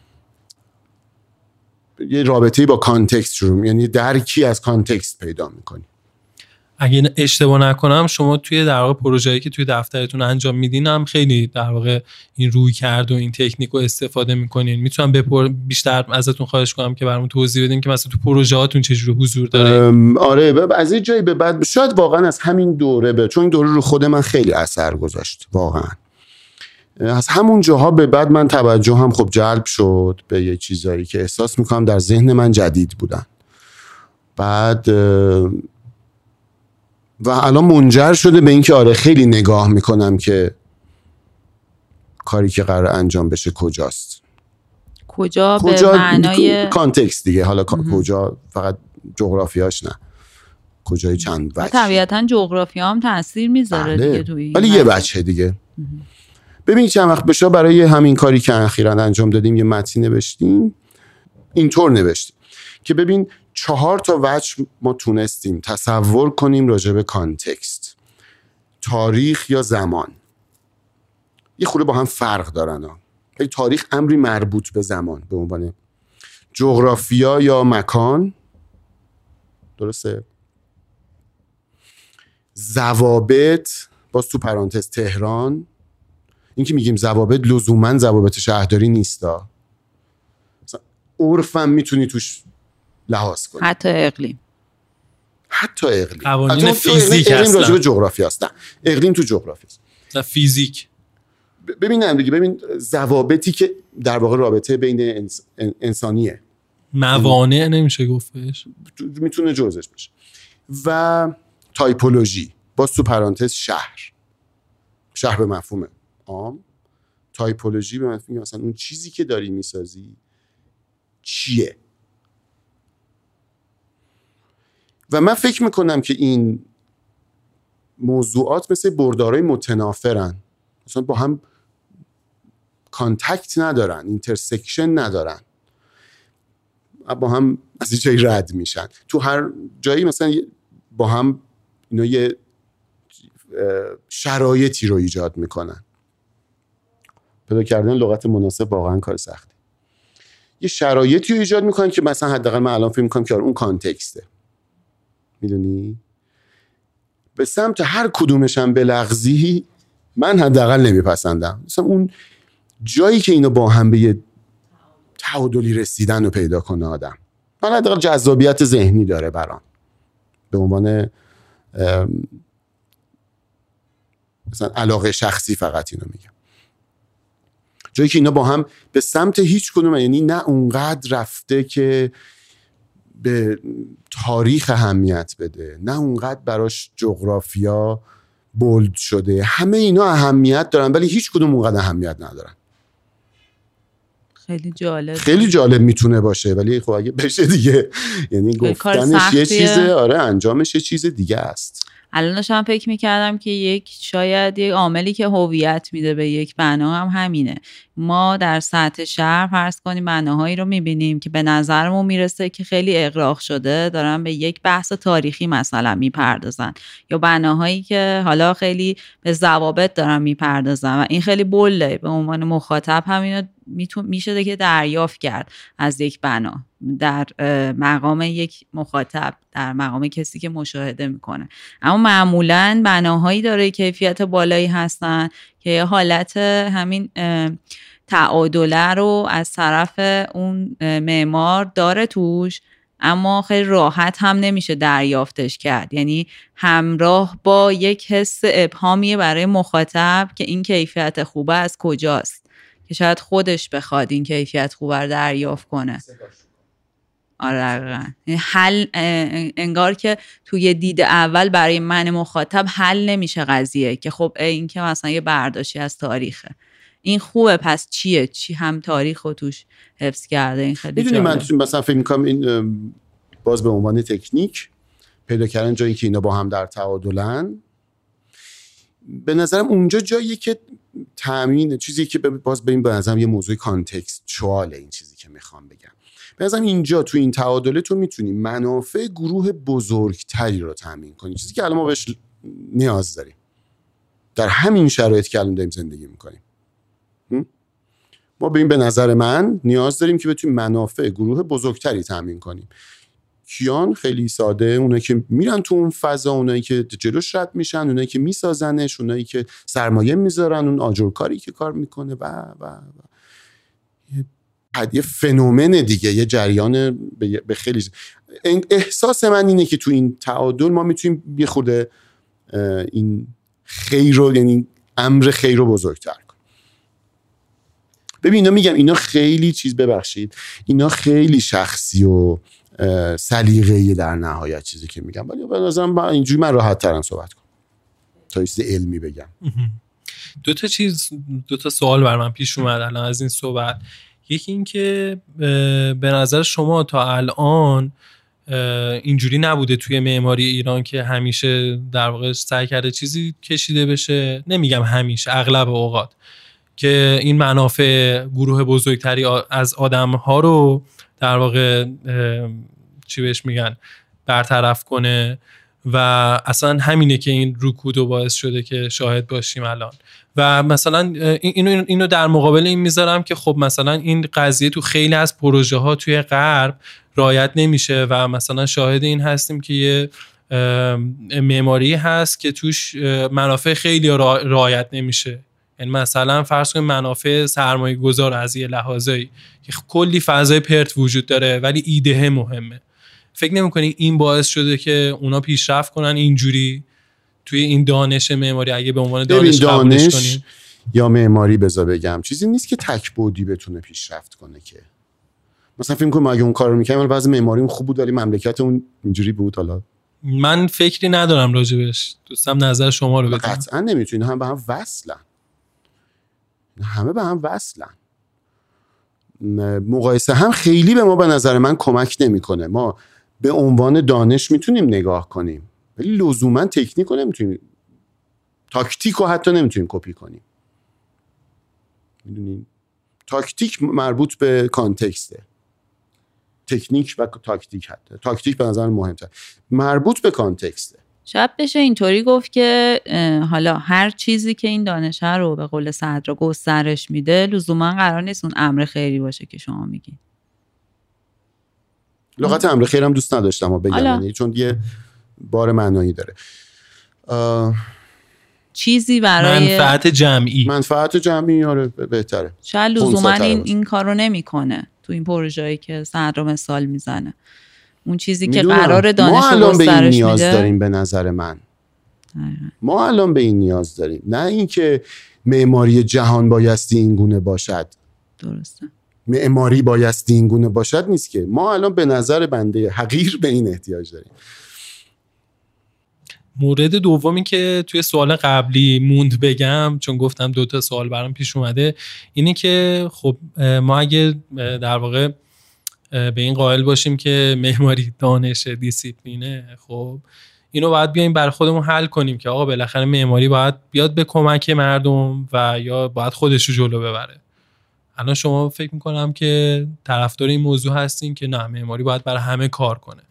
یه رابطه‌ای با کانتکست شروع، یعنی درکی از کانتکست پیدا میکنی. اگه اشتباه نکنم شما توی در واقع پروژه‌ای که توی دفترتون انجام میدین هم خیلی در واقع این روی کرد و این تکنیک رو استفاده میکنین. میتونم بپر... بیشتر ازتون خواهش کنم که برامون توضیح بدین که مثلا تو پروژه‌هاتون چجوری حضور داره؟ آره از این جایی به بعد شاید واقعا از همین دوره به چون این دوره رو خود من خیلی اثر گذاشت واقعا. از همون جاها به بعد من توجه هم خب جلب شد به یه چیزایی که احساس میکنم در ذهن من جدید بودن. بعد و الان منجر شده به این که آره خیلی نگاه میکنم که کاری که قرار انجام بشه کجاست. کجا, کجا به معنای کانتکست دیگه. حالا مهم. کجا فقط جغرافیاش نه، کجای چند وجه. طبیعتا جغرافیا هم تاثیر میذاره دیگه توی، ولی یه بچه دیگه. ببینید چند وقت بشه برای همین کاری که اخیراً انجام دادیم یه متن نوشتیم، اینطور نوشتیم که ببین چهار تا وجه ما تونستیم تصور کنیم راجع به کانتکست، تاریخ یا زمان. یه خورده با هم فرق دارن ها. تاریخ امری مربوط به زمان به عنوان، جغرافیا یا مکان درسته؟ ضوابط باز تو پرانتز تهران، این که میگیم ضوابط لزوما ضوابط شهرداری نیستا، مثلا عرفم میتونی توش لحاظ کنی، حتی اقلیم، حتی اقلیم، قوانین فیزیک اقلیم هستن، راجع به جغرافی هست، نه اقلیم تو جغرافی است، نه فیزیک. ببینم دیگه، ببین ضوابطی که در واقع رابطه بین انس... انسانیه، موانع نمیشه گفتش، میتونه جزش باشه. و تایپولوژی باز تو پرانتز شهر، شهر به مفهوم عام، تایپولوژی به مفهوم مثلا اون چیزی که داری میسازی چیه. و من فکر میکنم که این موضوعات مثل بردارای متنافرن، مثلا با هم کانتکت ندارن، اینترسکشن ندارن، با هم از یه جایی رد میشن، تو هر جایی مثلا با هم اینا یه شرایطی رو ایجاد میکنن. پیدا کردن لغت مناسب واقعا کار سخته. یه شرایطی رو ایجاد میکنن که مثلا حداقل من الان فکر میکنم که اون کانتکسته، میدونی؟ به سمت هر کدومش هم بلغزی من حداقل نمیپسندم. مثلا اون جایی که اینو با هم به یه تعادلی رسیدن رو پیدا کنه آدم، من حداقل جذابیت ذهنی داره برام، به عنوان مثلا علاقه شخصی فقط اینو میگم، جایی که اینا با هم به سمت هیچ کدوم، یعنی نه اونقدر رفته که به تاریخ اهمیت بده، نه اونقدر براش جغرافیا بولد شده، همه اینا اهمیت دارن ولی هیچ کدوم اونقدر اهمیت ندارن. خیلی جالب، خیلی جالب میتونه باشه ولی خب اگه بشه دیگه، یعنی گفتنش یه چیزه، آره انجامش یه چیز دیگه است. الان داشتم فکر میکردم که یک شاید یک عاملی که هویت میده به یک بنا هم همینه. ما در سطح شهر فرض کنیم بناهایی رو میبینیم که به نظرمون میرسه که خیلی اغراق شده، دارن به یک بحث تاریخی مثلا میپردازن، یا بناهایی که حالا خیلی به ضوابط دارن میپردازن و این خیلی بوله. به عنوان مخاطب همینو میشه که دریافت کرد از یک بنا در مقام یک مخاطب، در مقام کسی که مشاهده میکنه. اما معمولاً بناهایی داره کیفیت بالایی هستن که یه حالت همین تعادله رو از طرف اون معمار داره توش، اما خیلی راحت هم نمیشه دریافتش کرد، یعنی همراه با یک حس ابهامیه برای مخاطب که این کیفیت خوبه از کجاست، که شاید خودش بخواد این کیفیت خوبه رو دریافت کنه. آره حل انگار که توی دید اول برای من مخاطب حل نمیشه قضیه که خب این که مثلا یه برداشتی از تاریخه، این خوبه پس چیه، چی هم تاریخ رو توش حفظ کرده. این خیلی میدونی من مثلا فکر میکنم این باز به عنوان تکنیک پیدا کردن جایی که اینا با هم در تعادلن، به نظرم اونجا جاییه که تامین چیزی که باز به این به نظرم یه موضوع کانتکستوال این چیزی که میخوام بگم، به نظرم اینجا تو این تعادله تو میتونی منافع گروه بزرگتری رو تامین کنی، چیزی که الان ما بهش نیاز داریم در همین شرایط که الان داریم زندگی میکنیم. ما به این به نظر من نیاز داریم که بتونیم منافع گروه بزرگتری تامین کنیم. کیان؟ خیلی ساده، اونایی که میرن تو اون فضا، اونایی که جلوش رد میشن، اونایی که میسازنش، اونایی که سرمایه میذارن، اون آجرکاری که کار میکنه و و و یه فنومن دیگه، یه جریان به خیلی. احساس من اینه که تو این تعادل ما میتونیم یه خورده این خیر رو، یعنی امر خیر رو بزرگتر کنیم. ببین اینا میگم اینا خیلی چیز، ببخشید اینا خیلی شخصی و سلیقه‌ای در نهایت چیزی که میگم، ولی به نظرم اینجوری من راحت ترم صحبت کنم تا چیز علمی بگم. دو تا چیز دو تا سوال بر من پیش اومد الان از این صحبت. یکی این که به نظر شما تا الان اینجوری نبوده توی معماری ایران که همیشه در واقع سعی کرده چیزی کشیده بشه، نمیگم همیشه، اغلب اوقات، که این منافع گروه بزرگتری از آدم‌ها رو در واقع چی بهش میگن برطرف کنه و اصلا همینه که این رکود باعث شده که شاهد باشیم الان. و مثلا اینو اینو در مقابل این میذارم که خب مثلا این قضیه تو خیلی از پروژه ها توی غرب رعایت نمیشه و مثلا شاهد این هستیم که یه معماری هست که توش منافع خیلی رعایت نمیشه. یعنی مثلا فرض کنید منافع سرمایه گذار از یه لحاظایی که کلی فضای پرت وجود داره ولی ایده مهمه. فکر نمی‌کنی این باعث شده که اونا پیشرفت کنن اینجوری توی این دانش معماری؟ اگه به عنوان دانش قبولش کنیم یا معماری بذار بگم چیزی نیست که تک بعدی بتونه پیشرفت کنه که مثلا فکر کنم اگه اون کارو می‌کردیم بعضی معماریم خوب بود ولی مملکت اون اینجوری بود. حالا من فکری ندارم راجبش، دوستم نظر شما رو بدونم. قطعا نمیتونین، هم به هم وصلن، همه به هم وصلن. مقایسه هم خیلی به ما به نظر من کمک نمیکنه. ما به عنوان دانش میتونیم نگاه کنیم ولی لزوما تکنیک رو نمیتونیم، تاکتیک رو حتی نمیتونیم کپی کنیم. میدونین تاکتیک مربوط به کانتکسته، تکنیک و تاکتیک حتی تاکتیک به نظر مهمتر، مربوط به کانتکسته. شاید بشه اینطوری گفت که حالا هر چیزی که این دانش رو به قول صدرا گسترش میده لزوما قرار نیست اون امر خیری باشه که شما میگین. لغت امر خیر هم دوست نداشتم بگم یعنی چون یه بار معنایی داره. آه... چیزی برای منفعت جمعی منفعت جمعی آره بهتره. شاید لزوما این این کارو نمیکنه تو این پروژه‌ای که صدرا مثال میزنه. اون چیزی که قرار دانش رو گسترش میده. ما الان به این نیاز میده. داریم به نظر من. آره. ما الان به این نیاز داریم، نه اینکه معماری جهان بایستی این گونه باشد. درسته. معماری بایستی این گونه باشد نیست که، ما الان به نظر بنده حقیر به این احتیاج داریم. مورد دومی که توی سوال قبلی موند بگم چون گفتم دو تا سوال برام پیش اومده اینه که خب ما اگه در واقع به این قائل باشیم که معماری دانش دیسیپلینه، خب اینو باید بیایم برای خودمون حل کنیم که آقا بالاخره معماری باید بیاد به کمک مردم و یا باید خودش رو جلو ببره. الان شما فکر میکنم که طرفدار این موضوع هستین که نه معماری باید برای همه کار کنه.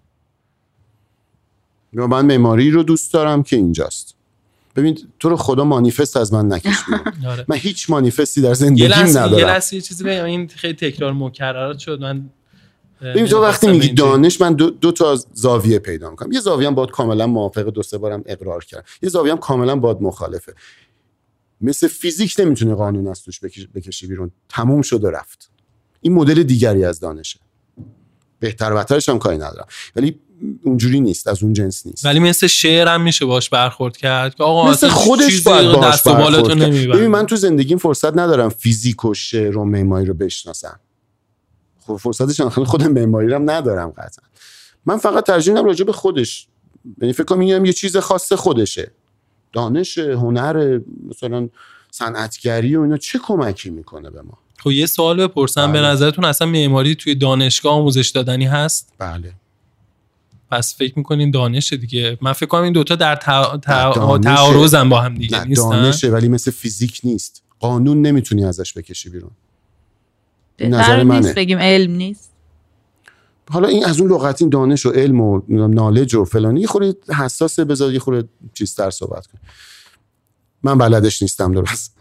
من معماری رو دوست دارم که اینجاست. ببین تو رو خدا مانیفست از من نکش بیرون. من هیچ مانیفستی در زندگیم ندارم. یه لحظه یه چیزی بگم، این خیلی تکرار مکررات شد. من ببین تو وقتی میگی دانش من دو, دو تا زاویه پیدا میکنم. یه زاویه هم باید کاملا موافق، دو سه بارم اقرار کردم. یه زاویه هم کاملا باید مخالفه. مثل فیزیک نمیتونه قانون از توش بکشی بیرون، تموم شد و رفت. این مدل دیگری از دانشه. بهتر و بدترش هم کاری ندارم ولی اونجوری نیست، از اون جنس نیست. ولی مثل شعر هم میشه باش برخورد کرد که آقا مثل خودش باید باش برخورد کرد. ببین من تو زندگیم فرصت ندارم فیزیک و شعر و معماری رو بشناسم. خب فرصتش هم خودم معماری رو هم ندارم قطعا. من فقط ترجیح میدم راجع به خودش، یعنی فکر کنم میگم یه چیز خاص خودشه. دانش، هنر، مثلا صنعتگری و اینا چه کمکی میکنه به ما؟ خب یه سوال بپرسم، به نظرتون اصلا معماری توی دانشگاه آموزش دادنی هست؟ بله. پس فکر میکنین دانشه دیگه. من فکر کنم این دوتا در تعارضن با هم دیگه نیستن. دانشه ولی مثل فیزیک نیست. قانون نمیتونی ازش بکشی بیرون. نظر منه. بگیم علم نیست. حالا این از اون لغت این دانش و علم و نالج و فلانی خورده حساسه، بذار یه خورده چیزتر صحبت کنیم. من بلدش نیستم درست.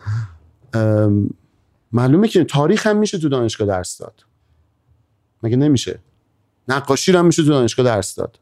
معلومه که تاریخ هم میشه تو دانشگاه درس داد. مگه نمیشه؟ نقاشی هم میشه تو دانشگاه درس داد.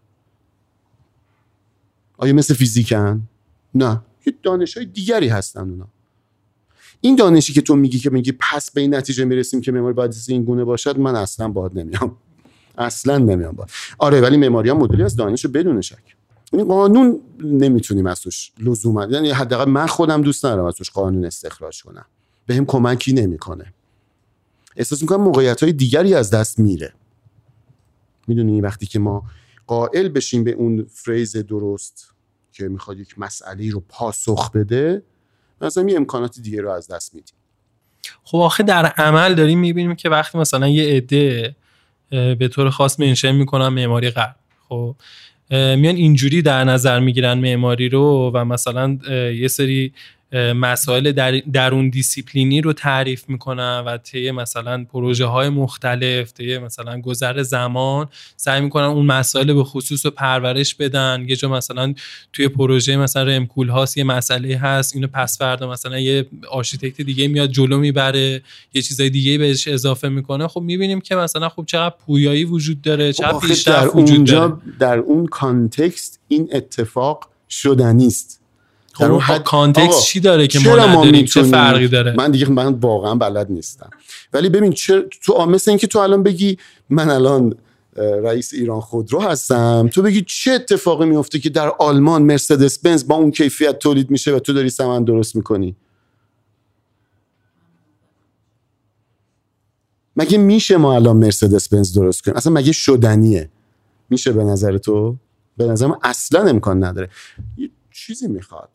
آیا مثل فیزیکن؟ نه، یه دانش‌های دیگری هستن اونا. این دانشی که تو میگی که میگی پس به این نتیجه میرسیم که معماری باید این گونه باشد، من اصلا باهات نمیام. اصلا نمیام باهات. آره ولی معماری هم مدلی از دانش بدون شک. یعنی قانون نمیتونیم از توش لزوما، یعنی حداقل من خودم دوست ندارم از توش قانون استخراج کنم. بهم کمکی نمیکنه. احساس میکنم موقعیت‌های دیگری از دست میره. میدونی وقتی که ما قائل بشیم به اون فریز درست که میخواد یک مسئله رو پاسخ بده، مثلا یه امکانات دیگه رو از دست میدیم. خب آخه در عمل داریم میبینیم که وقتی مثلا یه عده به طور خاص منشن میکنن معماری غرب، خب میان اینجوری در نظر میگیرن معماری رو و مثلا یه سری مسائل در درون دیسیپلینی رو تعریف میکنن و طی مثلا پروژه های مختلف، طی مثلا گذر زمان سعی میکنن اون مسائل به خصوص رو پرورش بدن. یه جا مثلا توی پروژه مثلا رمکول هاست یه مسئله هست، اینو پس فردا مثلا یه آرشیتکت دیگه میاد جلو میبره، یه چیزای دیگه بهش اضافه میکنه. خب میبینیم که مثلا خب چقدر پویایی وجود داره، چقدر پیشرفت وجود داره. در اون کانتکست این اتفاق شدنی است. خب اون حد... کانتکست چی داره که ما نداریم؟ چه فرقی داره؟ من دیگه من واقعا بلد نیستم، ولی ببین چه تو مثل این که تو الان بگی من الان رئیس ایران خودرو هستم، تو بگی چه اتفاقی میفته که در آلمان مرسدس بنز با اون کیفیت تولید میشه و تو داری سمن درست میکنی؟ مگه میشه ما الان مرسدس بنز درست کنیم؟ اصلا مگه شدنیه؟ میشه به نظر تو؟ به نظر من اصلا امکان نداره. یه چیزی میخواد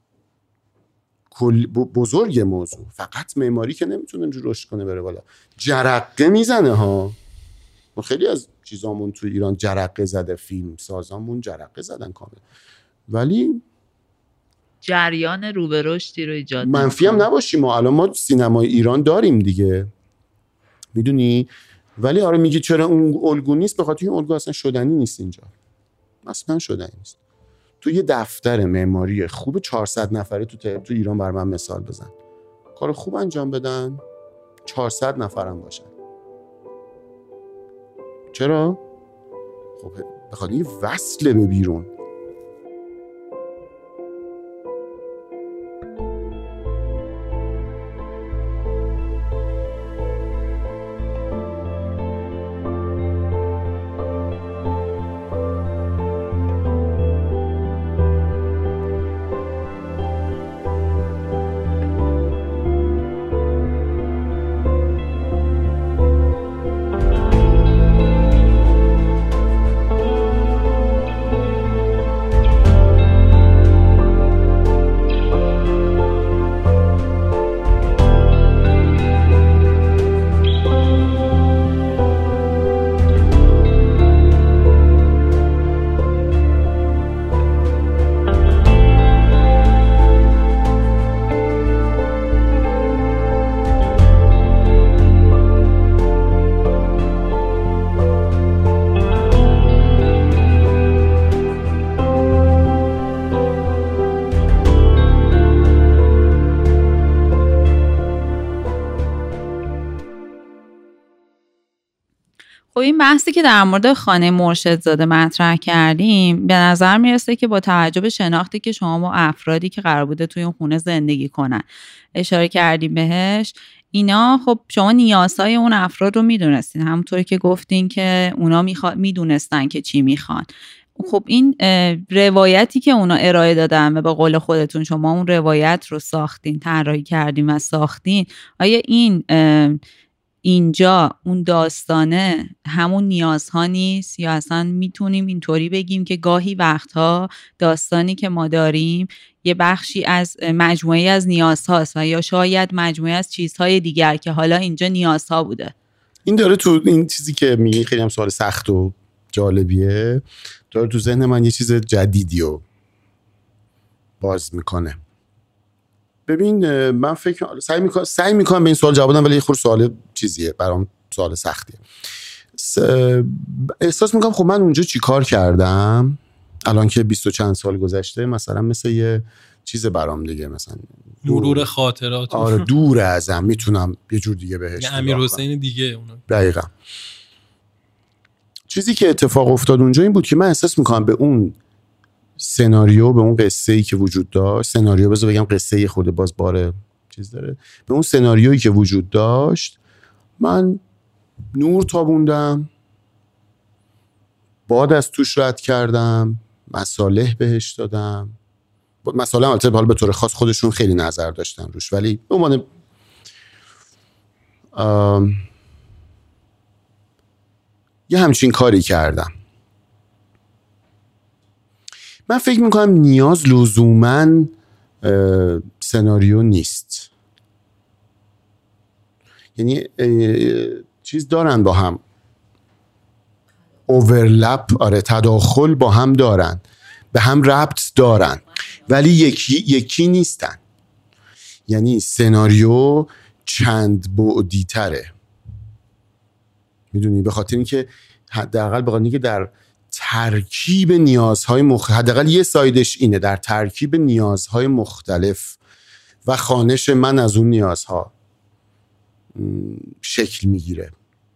کل بزرگ موضوع، فقط معماری که نمیتونه اینجور رشد کنه بره بالا، جرقه میزنه ها. ما خیلی از چیزامون تو ایران جرقه زده، فیلم سازامون جرقه زدن کامل، ولی جریان رو به رشدی رو ایجاد منفی هم نباشیم. ما الان ما سینمای ایران داریم دیگه، میدونی، ولی آره میگی چرا اون الگو نیست؟ به خاطر این الگو اصلا شدنی نیست اینجا، اصلا شدنی نیست. تو یه دفتر معماری خوب چهارصد نفره تو تو ایران بر من مثال بزن، کار خوب انجام بدن، چهارصد نفرم باشن. چرا؟ خب بخاطر این وصله به بیرون. خب این بحثی که در مورد خانه مرشدزاده مطرح کردیم، به نظر میرسه که با توجه به شناختی که شما با افرادی که قرار بوده توی اون خونه زندگی کنن اشاره کردیم بهش، اینا خب شما نیازهای اون افراد رو میدونستین، همونطوری که گفتین که اونا میخوا... میدونستن که چی میخوان. خب این روایتی که اونا ارائه دادن و به قول خودتون شما اون روایت رو ساختین، طراحی کردین و ساختین، آیا این اینجا اون داستانه همون نیازها نیست؟ یا اصلا میتونیم اینطوری بگیم که گاهی وقتها داستانی که ما داریم یه بخشی از مجموعه از نیازهاست و یا شاید مجموعه از چیزهای دیگر که حالا اینجا نیازها بوده؟ این داره تو این چیزی که میگی خیلی هم سوال سخت و جالبیه، داره تو ذهن من یه چیز جدیدی رو باز میکنه. ببین من فکر سعی میکنم سعی میکنم به این سوال جواب بدم، ولی خود سوال چیزیه برام، سوال سختیه. احساس میکنم خب من اونجا چی کار کردم الان که بیست و چند سال گذشته، مثلا مثل یه چیز برام دیگه، مثلا مرور خاطرات. آره دور ازم، میتونم یه جور دیگه بهش یه امیر حسین دیگه اونا. دقیقاً. چیزی که اتفاق افتاد اونجا این بود که من احساس میکنم به اون سناریو، به اون قصه‌ای که وجود داشت، سناریو بذار بگم قصه خود باز باره چیز داره، به اون سناریویی که وجود داشت من نور تابوندم، باد از توش رد کردم، مصالح بهش دادم. مصالح البته حالا به طور خاص خودشون خیلی نظر داشتن روش، ولی به عنوان یه همچین کاری کردم. من فکر میکنم نیاز لزوماً سناریو نیست، یعنی چیز دارن با هم، اوورلپ، آره تداخل با هم دارن، به هم ربط دارن، ولی یکی یکی نیستن. یعنی سناریو چند بعدی تره، میدونی، به خاطر اینکه حداقل بخاطر اینکه در ترکیب نیازهای مختلف، حداقل یه سایدش اینه، در ترکیب نیازهای مختلف و خوانش من از اون نیازها شکل میگیره،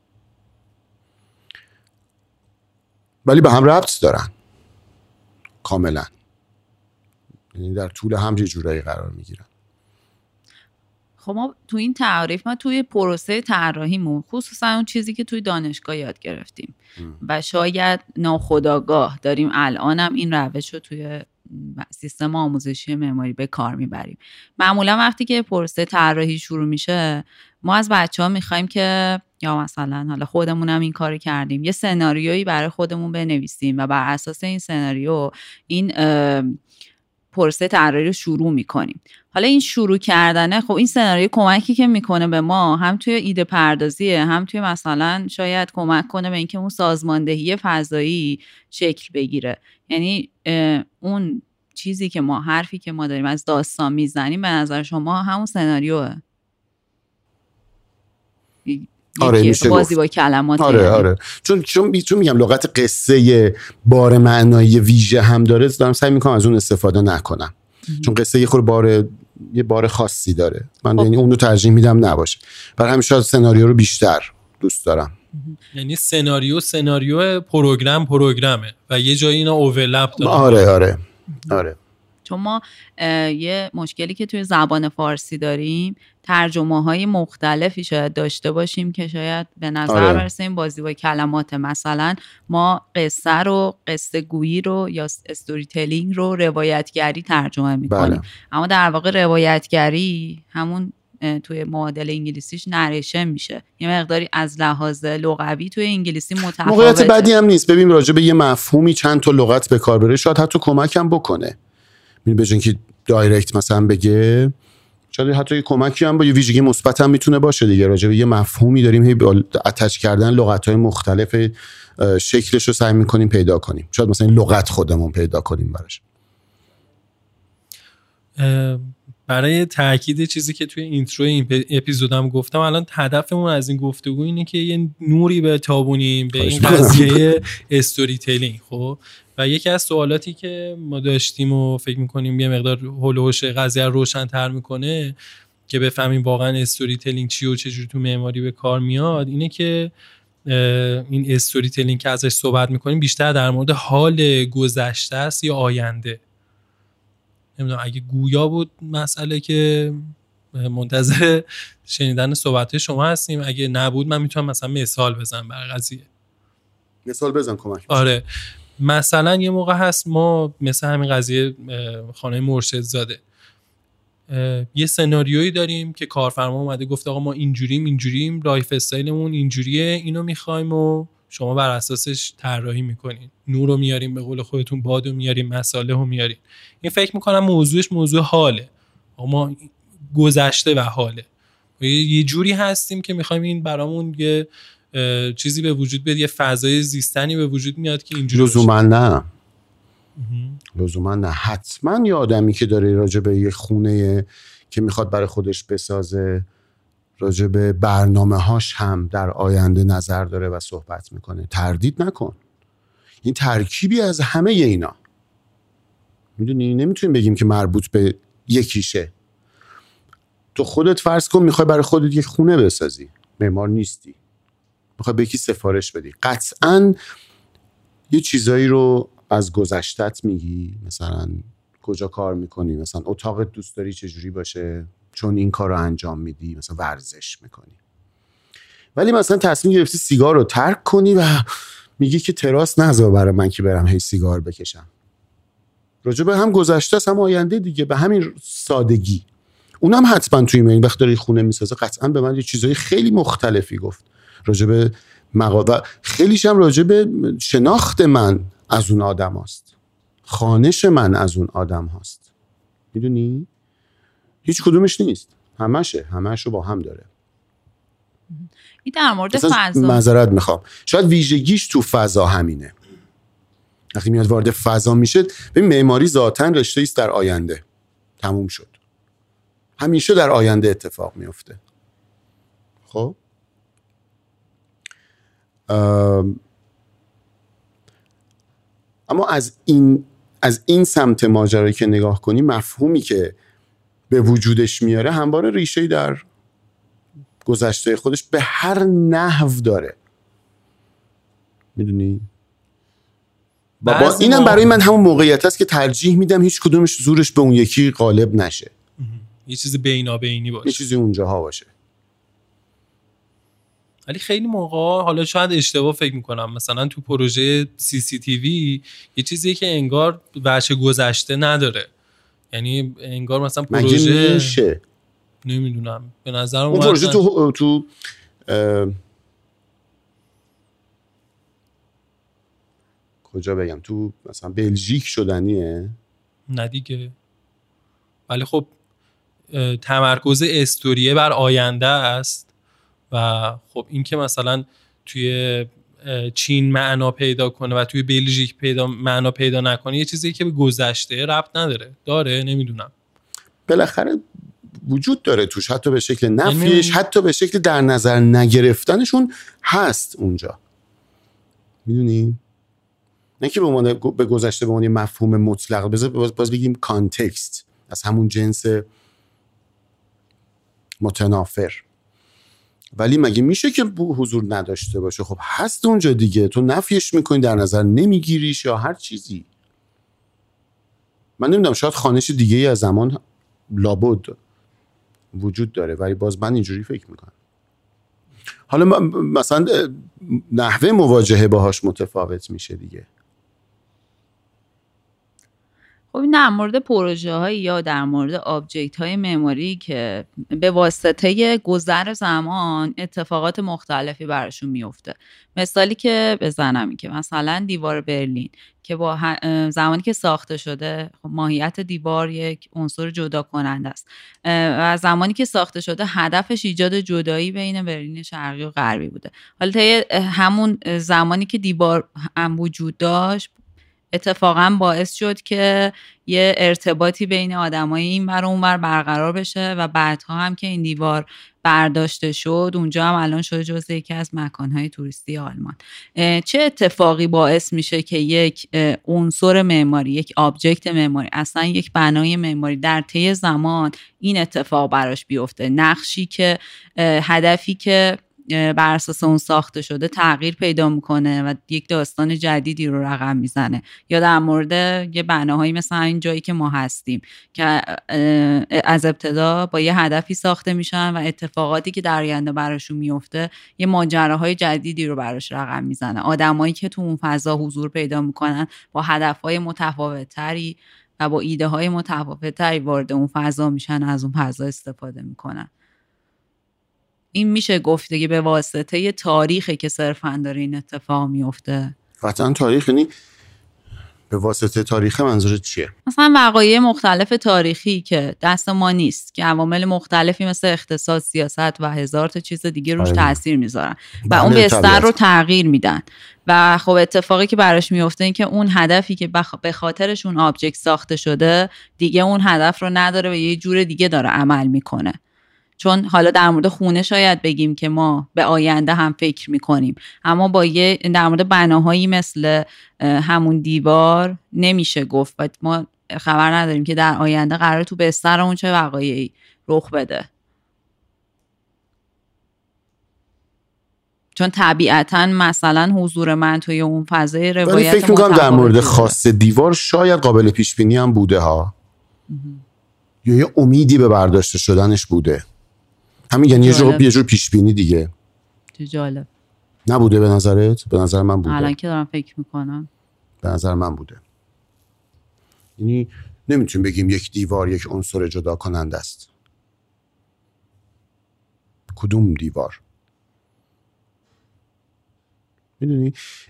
ولی به هم ربط دارن کاملا، یعنی در طول هم یه جورایی قرار میگیرن. خب ما تو این تعریف، ما توی پروسه طراحیمون خصوصا اون چیزی که توی دانشگاه یاد گرفتیم ام. و شاید ناخودآگاه داریم الانم این روش رو توی سیستم آموزشی معماری به کار میبریم. معمولا وقتی که پروسه طراحی شروع میشه ما از بچه‌ها میخوایم که یا مثلا حالا خودمونم این کارو کردیم، یه سناریویی برای خودمون بنویسیم و بر اساس این سناریو این پروسه طراحی رو شروع میکنیم. حالا این شروع کردنه، خب این سناریو کمکی که میکنه به ما هم توی ایده پردازیه، هم توی مثلا شاید کمک کنه به اینکه اون سازماندهی فضایی شکل بگیره. یعنی اون چیزی که ما، حرفی که ما داریم از داستان میزنیم، به نظر شما همون سناریوه؟ آره میشه بازی با کلمات. آره یعنی. آره چون چون چون میگم لغت قصه بار معنایی ویژه هم داره، دارم سعی میکنم از اون استفاده نکنم ام. چون قصه یه خورده بار یه بار خاصی داره، من یعنی اون رو ترجیح میدم نباشه، برای همین شاید سناریو رو بیشتر دوست دارم. یعنی سناریو سناریو پروگرام پروگرامه و یه جایی اینا اوورلپ داره. آره آره آره چون ما یه مشکلی که توی زبان فارسی داریم، ترجمه های مختلفی شاید داشته باشیم که شاید به نظر آره. برسه این بازی با کلمات. مثلا ما قصه رو، قصه گویی رو یا استوری تلینگ رو روایتگری ترجمه میکنیم، بله. اما در واقع روایتگری همون توی معادل انگلیسیش نریشن میشه، یه مقداری از لحاظ لغوی توی انگلیسی متفاوته. موقعیت بدی هم نیست. ببین راجع به یه مفهومی چند تا لغت به کار بره، شاید حتی کمکم بکنه. ببین بجن که دایرکت مثلا بگه، شاید حتی یه کمکی هم با یه ویژگی مثبت هم میتونه باشه دیگه. راجع به یه مفهومی داریم هی اتچ کردن لغت‌های مختلف شکلش رو سعی می‌کنیم پیدا کنیم، شاید مثلا این لغت خودمون پیدا کنیم براش. برای تاکید چیزی که توی اینترو این اپیزودم گفتم، الان هدفمون از این گفتگو اینه که یه نوری به تابونیم به این قضیه استوری تلینگ. خب و یکی از سوالاتی که ما داشتیم و فکر می‌کنیم یه مقدار هول و هوش قضیه رو روشن‌تر می‌کنه که بفهمیم واقعا استوری تلینگ چی و چجوری تو معماری به کار میاد، اینه که این استوری تلینگ که ازش صحبت می‌کنیم بیشتر در مورد حال گذشته است یا آینده. نمیدونم اگه گویا بود مسئله که منتظر شنیدن صحبت شما هستیم، اگه نبود من میتونم مثلا مثال بزنم برای قضیه. مثال بزن کمک میشه. آره مثلا یه موقع هست ما مثلا همین قضیه خانه مرشدزاده یه سناریویی داریم که کارفرما اومده گفت آقا ما اینجوریم اینجوریم لایف استایلمون اینجوریه، اینو میخوایم و شما بر اساسش طراحی میکنین، نور رو میاریم به قول خودتون، باد رو میاریم، مصالح رو میاریم. این فکر میکنم موضوعش موضوع حاله، ما گذشته و حاله، یه جوری هستیم که میخوایم این برامون یه چیزی به وجود بیاد، یه فضای زیستنی به وجود میاد که اینجوری لزوما نه لزوما نه حتما یه آدمی که داره راجع به یه خونه که میخواد برای خودش بسازه، راجع به برنامه هاش هم در آینده نظر داره و صحبت میکنه. تردید نکن، این ترکیبی از همه اینا، میدونی نمیتونیم بگیم که مربوط به یکیشه. تو خودت فرض کن میخوای برای خودت یک خونه بسازی، معمار نیستی، میخوای به یکی سفارش بدی، قطعاً یه چیزایی رو از گذشتت میگی، مثلا کجا کار میکنی، مثلا اتاقت دوست داری چجوری باشه چون این کار رو انجام میدی، مثلا ورزش میکنی. ولی مثلا تصمیم گرفتی سیگار رو ترک کنی و میگی که تراس نذار برای من که برم هی سیگار بکشم. راجع به هم گذشته است هم آینده دیگه، به همین سادگی. اونم حتما توی این وقت داری خونه میسازه قطعا به من یه چیزای خیلی مختلفی گفت راجع به مقاله، خیلیش هم راجع به شناخت من از اون آدم هست، خوانش من از اون آدم هست. میدونی؟ هیچ کدومش نیست، همشه همش رو با هم داره. این در مورد فضا معذرت میخوام، شاید ویژگیش تو فضا همینه. وقتی میاد وارد فضا میشه، ببین معماری ذاتاً رشته است در آینده، تموم شد. همیشه در آینده اتفاق میفته. خب اما از این از این سمت ماجرا که نگاه کنی، مفهومی که به وجودش میاره همواره ریشه‌ای در گذشته خودش به هر نحو داره. میدونی؟ با اینم ما... برای من همون موقعیت است که ترجیح میدم هیچ کدومش زورش به اون یکی غالب نشه. یه چیز بینابینی باشه، یه چیزی اونجاها باشه. ولی خیلی موقع حالا شاید اشتباه فکر میکنم، مثلا تو پروژه سی سی تی وی یه چیزی که انگار وجه گذشته نداره، یعنی انگار مثلا پروژه میشه نمیدونم به نظرم اون پروژه تو تو کجا بگم، تو مثلا بلژیک شدنیه؟ نه دیگه. ولی خب تمرکز استوریه بر آینده است و خب این که مثلا توی چین معنا پیدا کنه و توی بلژیک پیدا معنا پیدا نکنه یه چیزی که به گذشته ربط نداره. داره؟ نمیدونم. بالاخره وجود داره توش، حتی به شکل نفیش، حتی به شکل در نظر نگرفتنشون هست اونجا. میدونی؟ نه که به عنوان به گذشته به عنوان مفهوم مطلق، بذار باز بگیم کانتکست، از همون جنس متنافر. ولی مگه میشه که حضور نداشته باشه؟ خب هست اونجا دیگه، تو نفیش میکنی، در نظر نمیگیریش یا هر چیزی. من نمیدونم، شاید خانش دیگه ای از زمان لابد وجود داره، ولی باز من اینجوری فکر میکنم. حالا مثلا نحوه مواجهه باهاش متفاوت میشه دیگه. خب این در مورد پروژه های یا در مورد آبجکت های معماری که به واسطه گذر زمان اتفاقات مختلفی براشون میفته. مثالی که بزنم این که مثلا دیوار برلین که با زمانی که ساخته شده، خب ماهیت دیوار یک عنصر جدا کننده است و زمانی که ساخته شده هدفش ایجاد جدایی بین برلین شرقی و غربی بوده. حالا تا همون زمانی که دیوار هم وجود داشت اتفاقا باعث شد که یه ارتباطی بین آدمای این ور و اون ور برقرار بشه و بعدها هم که این دیوار برداشته شد اونجا هم الان شده جزء یکی از مکانهای توریستی آلمان. چه اتفاقی باعث میشه که یک عنصر معماری، یک آبجکت معماری، اصلا یک بنای معماری در طی زمان این اتفاق براش بیفته؟ نقشی که هدفی که بر اساس اون ساخته شده تغییر پیدا میکنه و یک داستان جدیدی رو رقم میزنه. یا در مورد یه بناهایی مثل این جایی که ما هستیم که از ابتدا با یه هدفی ساخته میشن و اتفاقاتی که در آینده براشون میفته یه ماجراهای جدیدی رو براش رقم میزنه. آدمایی که تو اون فضا حضور پیدا میکنن با هدفهای متفاوت‌تری و با ایده های متفاوت‌تری وارد اون فضا میشن، از اون فضا استفاده میکنن. این میشه گفت دیگه به واسطه تاریخی که صرفاً داره این اتفاق میفته. قطعاً تاریخ. یعنی به واسطه تاریخ منظور چیه؟ مثلا وقایع مختلف تاریخی که دست ما نیست، که عوامل مختلفی مثل اقتصاد، سیاست و هزار تا چیز دیگه روش تاثیر میذارن و اون بستر رو تغییر میدن و خب اتفاقی که براش میفته این که اون هدفی که بخ... به خاطرش اون آبجکت ساخته شده دیگه اون هدف رو نداره و یه جور دیگه داره عمل میکنه. چون حالا در مورد خونه شاید بگیم که ما به آینده هم فکر میکنیم، اما با یه در مورد بناهایی مثل همون دیوار نمیشه گفت و ما خبر نداریم که در آینده قراره تو بستر اون چه وقایعی رخ بده. چون طبیعتاً مثلا حضور من توی اون فضای روایت فکر میکنم در مورد خاص دیوار شاید قابل پیش بینی هم بوده ها، یا یه امیدی به برداشته شدنش بوده. همین یعنی یه جور یه جور پیش بینی دیگه. چه جالب. نبوده به نظرت؟ به نظر من بوده. الان که دارم فکر میکنم به نظر من بوده. یعنی نمیتونیم بگیم یک دیوار یک عنصر جدا کننده است. کدوم دیوار؟ میدونی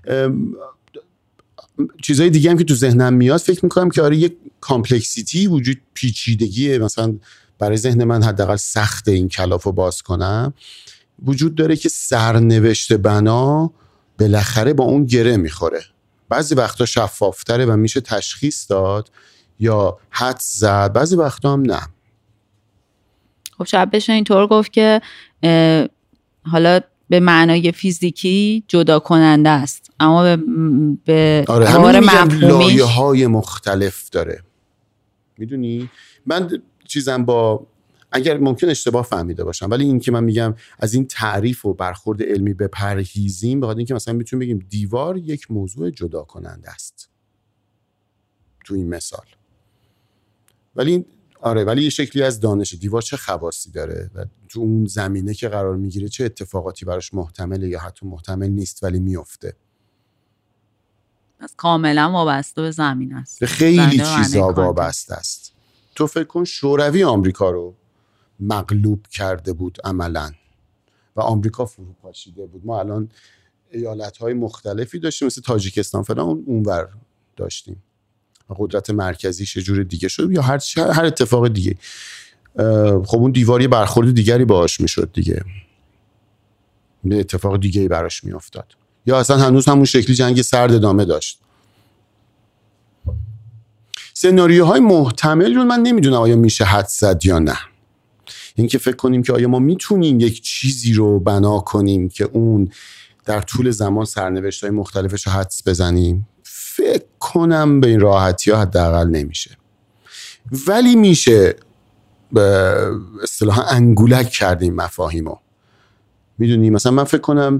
چیزای دیگه هم که تو ذهنم میاد فکر میکنم که آره یک کامپلکسیتی وجود، پیچیدگی مثلا برای ذهن من حداقل سخت این کلافو باز کنم وجود داره که سرنوشت بنا بالاخره با اون گره میخوره. بعضی وقتا شفافتره و میشه تشخیص داد یا حدس زد، بعضی وقتا هم نه. خب شاید بشه اینطور گفت که حالا به معنای فیزیکی جدا کننده است، اما به به آره همین میگم لایه های مختلف داره. میدونی من چیزم با اگر ممکن اشتباه فهمیده باشم، ولی این که من میگم از این تعریف و برخورد علمی بپرهیزیم، بخاطر اینکه مثلا میتونیم بگیم دیوار یک موضوع جدا کننده است تو این مثال، ولی آره ولی یه شکلی از دانش دیوار چه خواصی داره و تو اون زمینه که قرار میگیره چه اتفاقاتی براش محتمله یا حتی محتمل نیست ولی میفته. از کاملا وابسته به زمین است، به خیلی چیزا وابسته است. تو فکر کن شوروی آمریکا رو مغلوب کرده بود عملاً و آمریکا فرو پاشیده بود. ما الان ایالت‌های مختلفی داشتیم مثل تاجیکستان فلان اونور داشتیم و قدرت مرکزیش یه جور دیگه شد یا هر هر اتفاق دیگه. خب اون دیواری برخورد دیگری باهاش میشد دیگه، یه اتفاق دیگه‌ای براش میافتاد، یا اصلا هنوز همون شکلی جنگ سرد ادامه داشت. سناریوهای محتمل رو من نمیدونم آیا میشه حد زد یا نه. این که فکر کنیم که آیا ما میتونیم یک چیزی رو بنا کنیم که اون در طول زمان سرنوشت‌های مختلفش رو حدس بزنیم، فکر کنم به این راحتی ها حداقل نمیشه، ولی میشه به اصطلاح انگولک کردیم مفاهیمو. میدونی مثلا من فکر کنم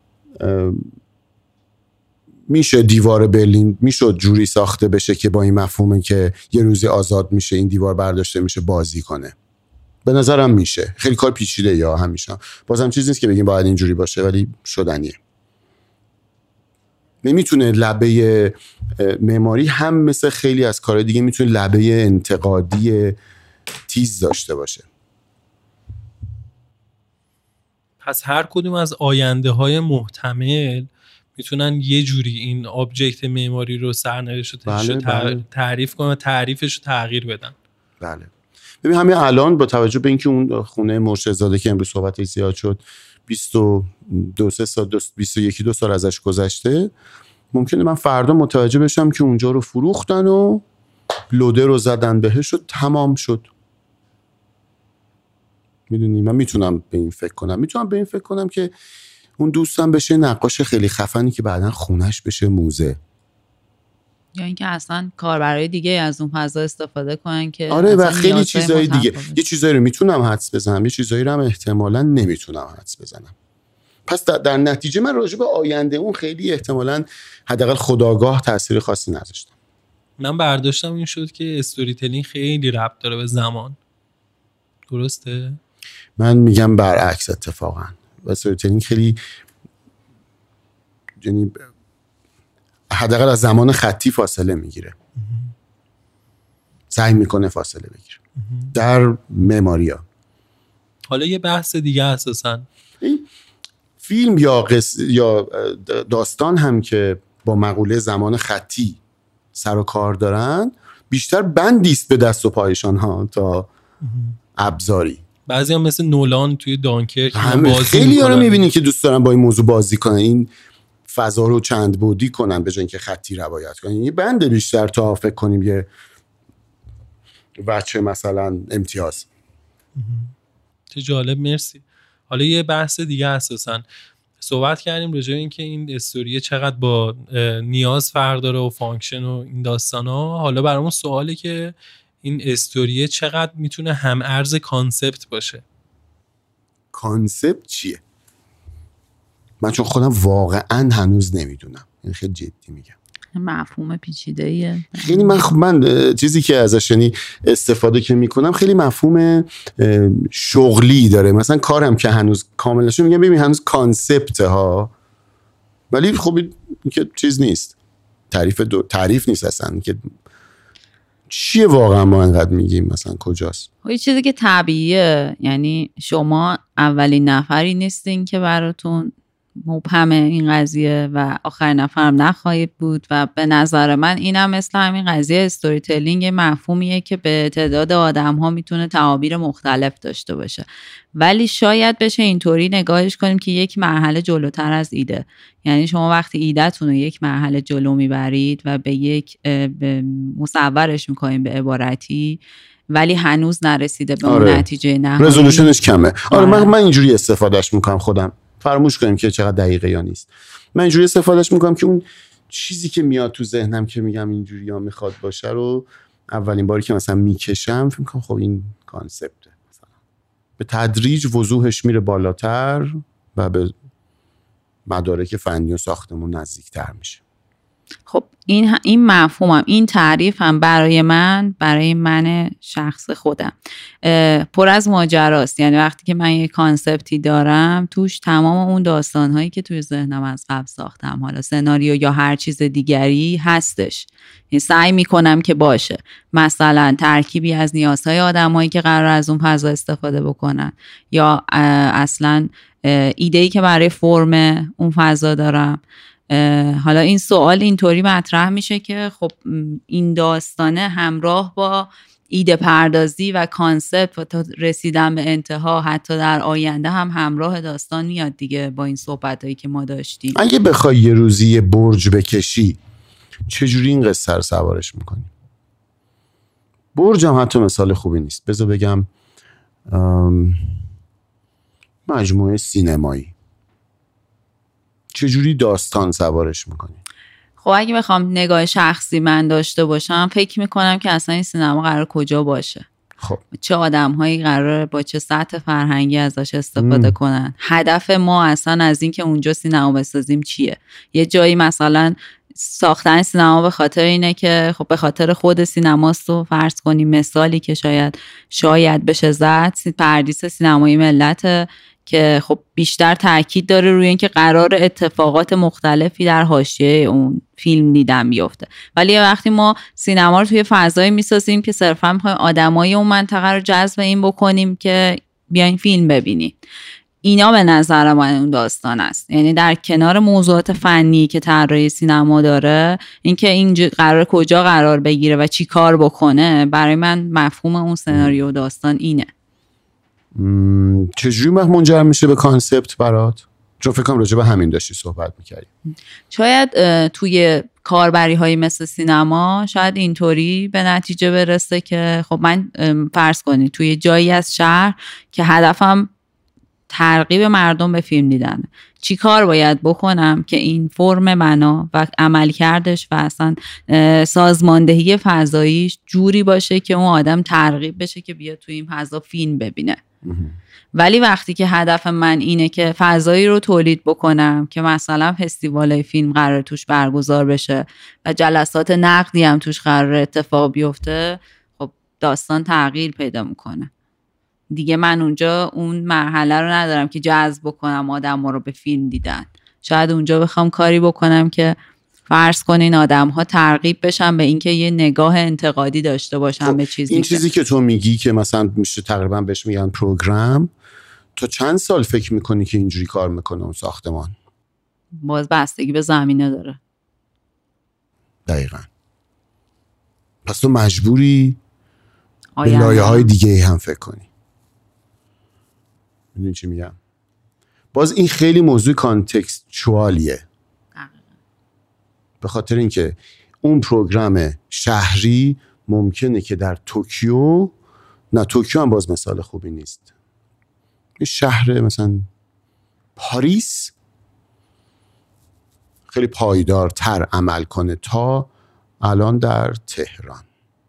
میشه دیوار برلین میشد جوری ساخته بشه که با این مفهومه که یه روزی آزاد میشه این دیوار برداشته میشه بازی کنه. به نظرم میشه. خیلی کار پیچیده یا همیشه بازم چیز نیست که بگیم باید اینجوری باشه، ولی شدنیه. نمیتونه لبه معماری هم مثل خیلی از کارهای دیگه میتونه لبه انتقادی تیز داشته باشه. پس هر کدوم از آینده های محتمل میتونن یه جوری این آبجکت معماری رو سرنوشت رو بله، بله. تعریف کنن و تعریفش رو تغییر بدن. بله. ببین همین الان با توجه به اینکه اون خونه مرشدزاده که امروز صحبتش زیاد شد بیست و دو سال بیست و یک دو سال ازش گذشته، ممکنه من فردا متوجه بشم که اونجا رو فروختن و لوده رو زدن بهش و تمام شد. میدونی من میتونم به این فکر کنم میتونم به این فکر کنم که اون دوستم بشه نقاش خیلی خفنی که بعدن خونش بشه موزه، یا اینکه اصلا کاربرای دیگه از اون فضا استفاده کنن که آره و خیلی چیزای دیگه. یه چیزایی رو میتونم حدس بزنم، یه چیزایی رو هم احتمالاً نمیتونم حدس بزنم. پس در, در نتیجه من راجع به آینده اون خیلی احتمالاً حداقل خودآگاه تاثیر خاصی نذاشتم. من برداشتم این شد که استوری تلینگ خیلی ربط داره به زمان. درسته؟ من میگم برعکس اتفاقاً. و استوری تلینگ خیلی یعنی حداقل از زمان خطی فاصله میگیره، سعی میکنه فاصله بگیره در معماری ها. حالا یه بحث دیگه اساساً فیلم یا قص... یا داستان هم که با مقوله زمان خطی سر و کار دارن بیشتر بندیست به دست و پایشان ها تا ابزاری. بعضی هم مثل نولان توی دانکرک بازی خیلی ها رو میبینی که دوست دارن با این موضوع بازی کنن، این فضا رو چند بعدی کنن به جای اینکه خطی روایت کنن. یه بنده بیشتر تا فکر کنیم یه بچه مثلا امتیاز. چه جالب، مرسی. حالا یه بحث دیگه اساساً صحبت کردیم راجع به اینکه این استوری چقدر با نیاز فرق داره و فانکشن و این داستانا. حالا برامون سواله که این استوری چقدر میتونه هم ارز کانسپت باشه. کانسپت چیه؟ من چون خودم واقعا هنوز نمیدونم، این خیلی جدی میگم، مفهوم پیچیده‌ایه. خیلی من خب من چیزی که ازش یعنی استفاده که میکنم خیلی مفهوم شغلی داره. مثلا کارم که هنوز کامل نشده میگم ببین هنوز کانسپت ها، ولی خب این که چیز نیست، تعریف دو تعریف نیست اصلا که چیه واقعا ما انقدر میگیم مثلا کجاست. یه چیزی که طبیعیه، یعنی شما اولین نفری نیستین که براتون مبهمه این قضیه و آخرین نفرم نخواهید بود و به نظر من اینم مثل همین قضیه استوری تلینگ مفهومیه که به تعداد آدم ها میتونه تعابیر مختلف داشته باشه، ولی شاید بشه اینطوری نگاهش کنیم که یک مرحله جلوتر از ایده. یعنی شما وقتی ایده‌تون رو یک مرحله جلو میبرید و به یک به مصورش میکنید به عبارتی ولی هنوز نرسیده به آره. اون نتیجه نهایی. رزولوشنش کمه. آره من من اینجوری استفادهش میکنم خودم. فراموش کنیم که چقدر دقیقه یا نیست. من اینجوری استفادهش میکنم که اون چیزی که میاد تو ذهنم که میگم اینجوری یا میخواد باشه رو اولین باری که مثلا میکشم فکر میکنم خب این کانسپته، مثلا به تدریج وضوحش میره بالاتر و به مدارک فنی و ساختمون نزدیکتر میشه. خب این این مفهومم، این تعریف هم برای من برای من شخص خودم پر از ماجراست. یعنی وقتی که من یه کانسپتی دارم توش تمام اون داستانهایی که توی ذهنم از قبل ساختم، حالا سناریو یا هر چیز دیگری هستش، یعنی سعی میکنم که باشه. مثلا ترکیبی از نیازهای آدمایی که قرار از اون فضا استفاده بکنن، یا اصلا ایده‌ای که برای فرم اون فضا دارم. حالا این سوال اینطوری مطرح میشه که خب این داستانه همراه با ایده پردازی و کانسپت و تا رسیدن به انتها حتی در آینده هم همراه داستان میاد دیگه، با این صحبتایی که ما داشتیم. اگه بخوای یه روزی یه برج بکشی چجوری این قصه رو سوارش میکنی؟ برج هم حتی مثال خوبی نیست، بذار بگم مجموعه سینمایی چجوری داستان سوارش میکنی؟ خب اگه بخوام نگاه شخصی من داشته باشم فکر میکنم که اصلا این سینما قرار کجا باشه، خب چه آدم هایی قرار با چه سطح فرهنگی ازش استفاده ام. کنن. هدف ما اصلا از این که اونجا سینما بسازیم چیه؟ یه جایی مثلا ساختن سینما به خاطر اینه که خب به خاطر خود سینماست و فرض کنیم مثالی که شاید شاید بشه زد پردیس سینمایی ملت که خب بیشتر تاکید داره روی اینکه قرار اتفاقات مختلفی در حاشیه اون فیلم دیدن بیفته. ولی وقتی ما سینما رو توی فضایی میسازیم که صرفا میخوایم آدمای اون منطقه رو جذب این بکنیم که بیاین فیلم ببینید، اینا به نظر من اون داستان است. یعنی در کنار موضوعات فنی که طراحی سینما داره، اینکه این قرار کجا قرار بگیره و چی کار بکنه، برای من مفهوم اون سناریو و داستان اینه. چجوری منجر میشه به کانسپت برات؟ چون فکر کنم راجع به همین داشتی صحبت می‌کردی. شاید توی کاربری های مثل سینما شاید اینطوری به نتیجه برسه که خب من فرض کنی توی جایی از شهر که هدفم ترغیب مردم به فیلم دیدنه، چی کار باید بکنم که این فرم بنا و عملکردش و اصلا سازماندهی فضاییش جوری باشه که اون آدم ترغیب بشه که بیاد توی این فضا فیلم ببینه. ولی وقتی که هدف من اینه که فضایی رو تولید بکنم که مثلا فستیوال فیلم قرار توش برگزار بشه و جلسات نقدی هم توش قرار اتفاق بیفته، خب داستان تغییر پیدا میکنه دیگه. من اونجا اون مرحله رو ندارم که جذب بکنم آدم ها رو به فیلم دیدن. شاید اونجا بخوام کاری بکنم که فرض کنین آدم ها ترغیب بشن به اینکه یه نگاه انتقادی داشته باشن خب به چیزی. این چیزی که تو میگی که مثلا میشه تقریبا بهش میگن پروگرام، تو چند سال فکر میکنی که اینجوری کار میکنه اون ساختمان؟ باز بستگی به زمینه داره. دقیقاً. پس تو مجبوری به لایه های دیگه هم فکر کنی. میدونی چی میگم؟ باز این خیلی موضوع کانتکستچوالیه، به خاطر اینکه اون پروگرام شهری ممکنه که در توکیو، نه توکیو هم باز مثال خوبی نیست، شهر مثلا پاریس خیلی پایدارتر عمل کنه تا الان در تهران،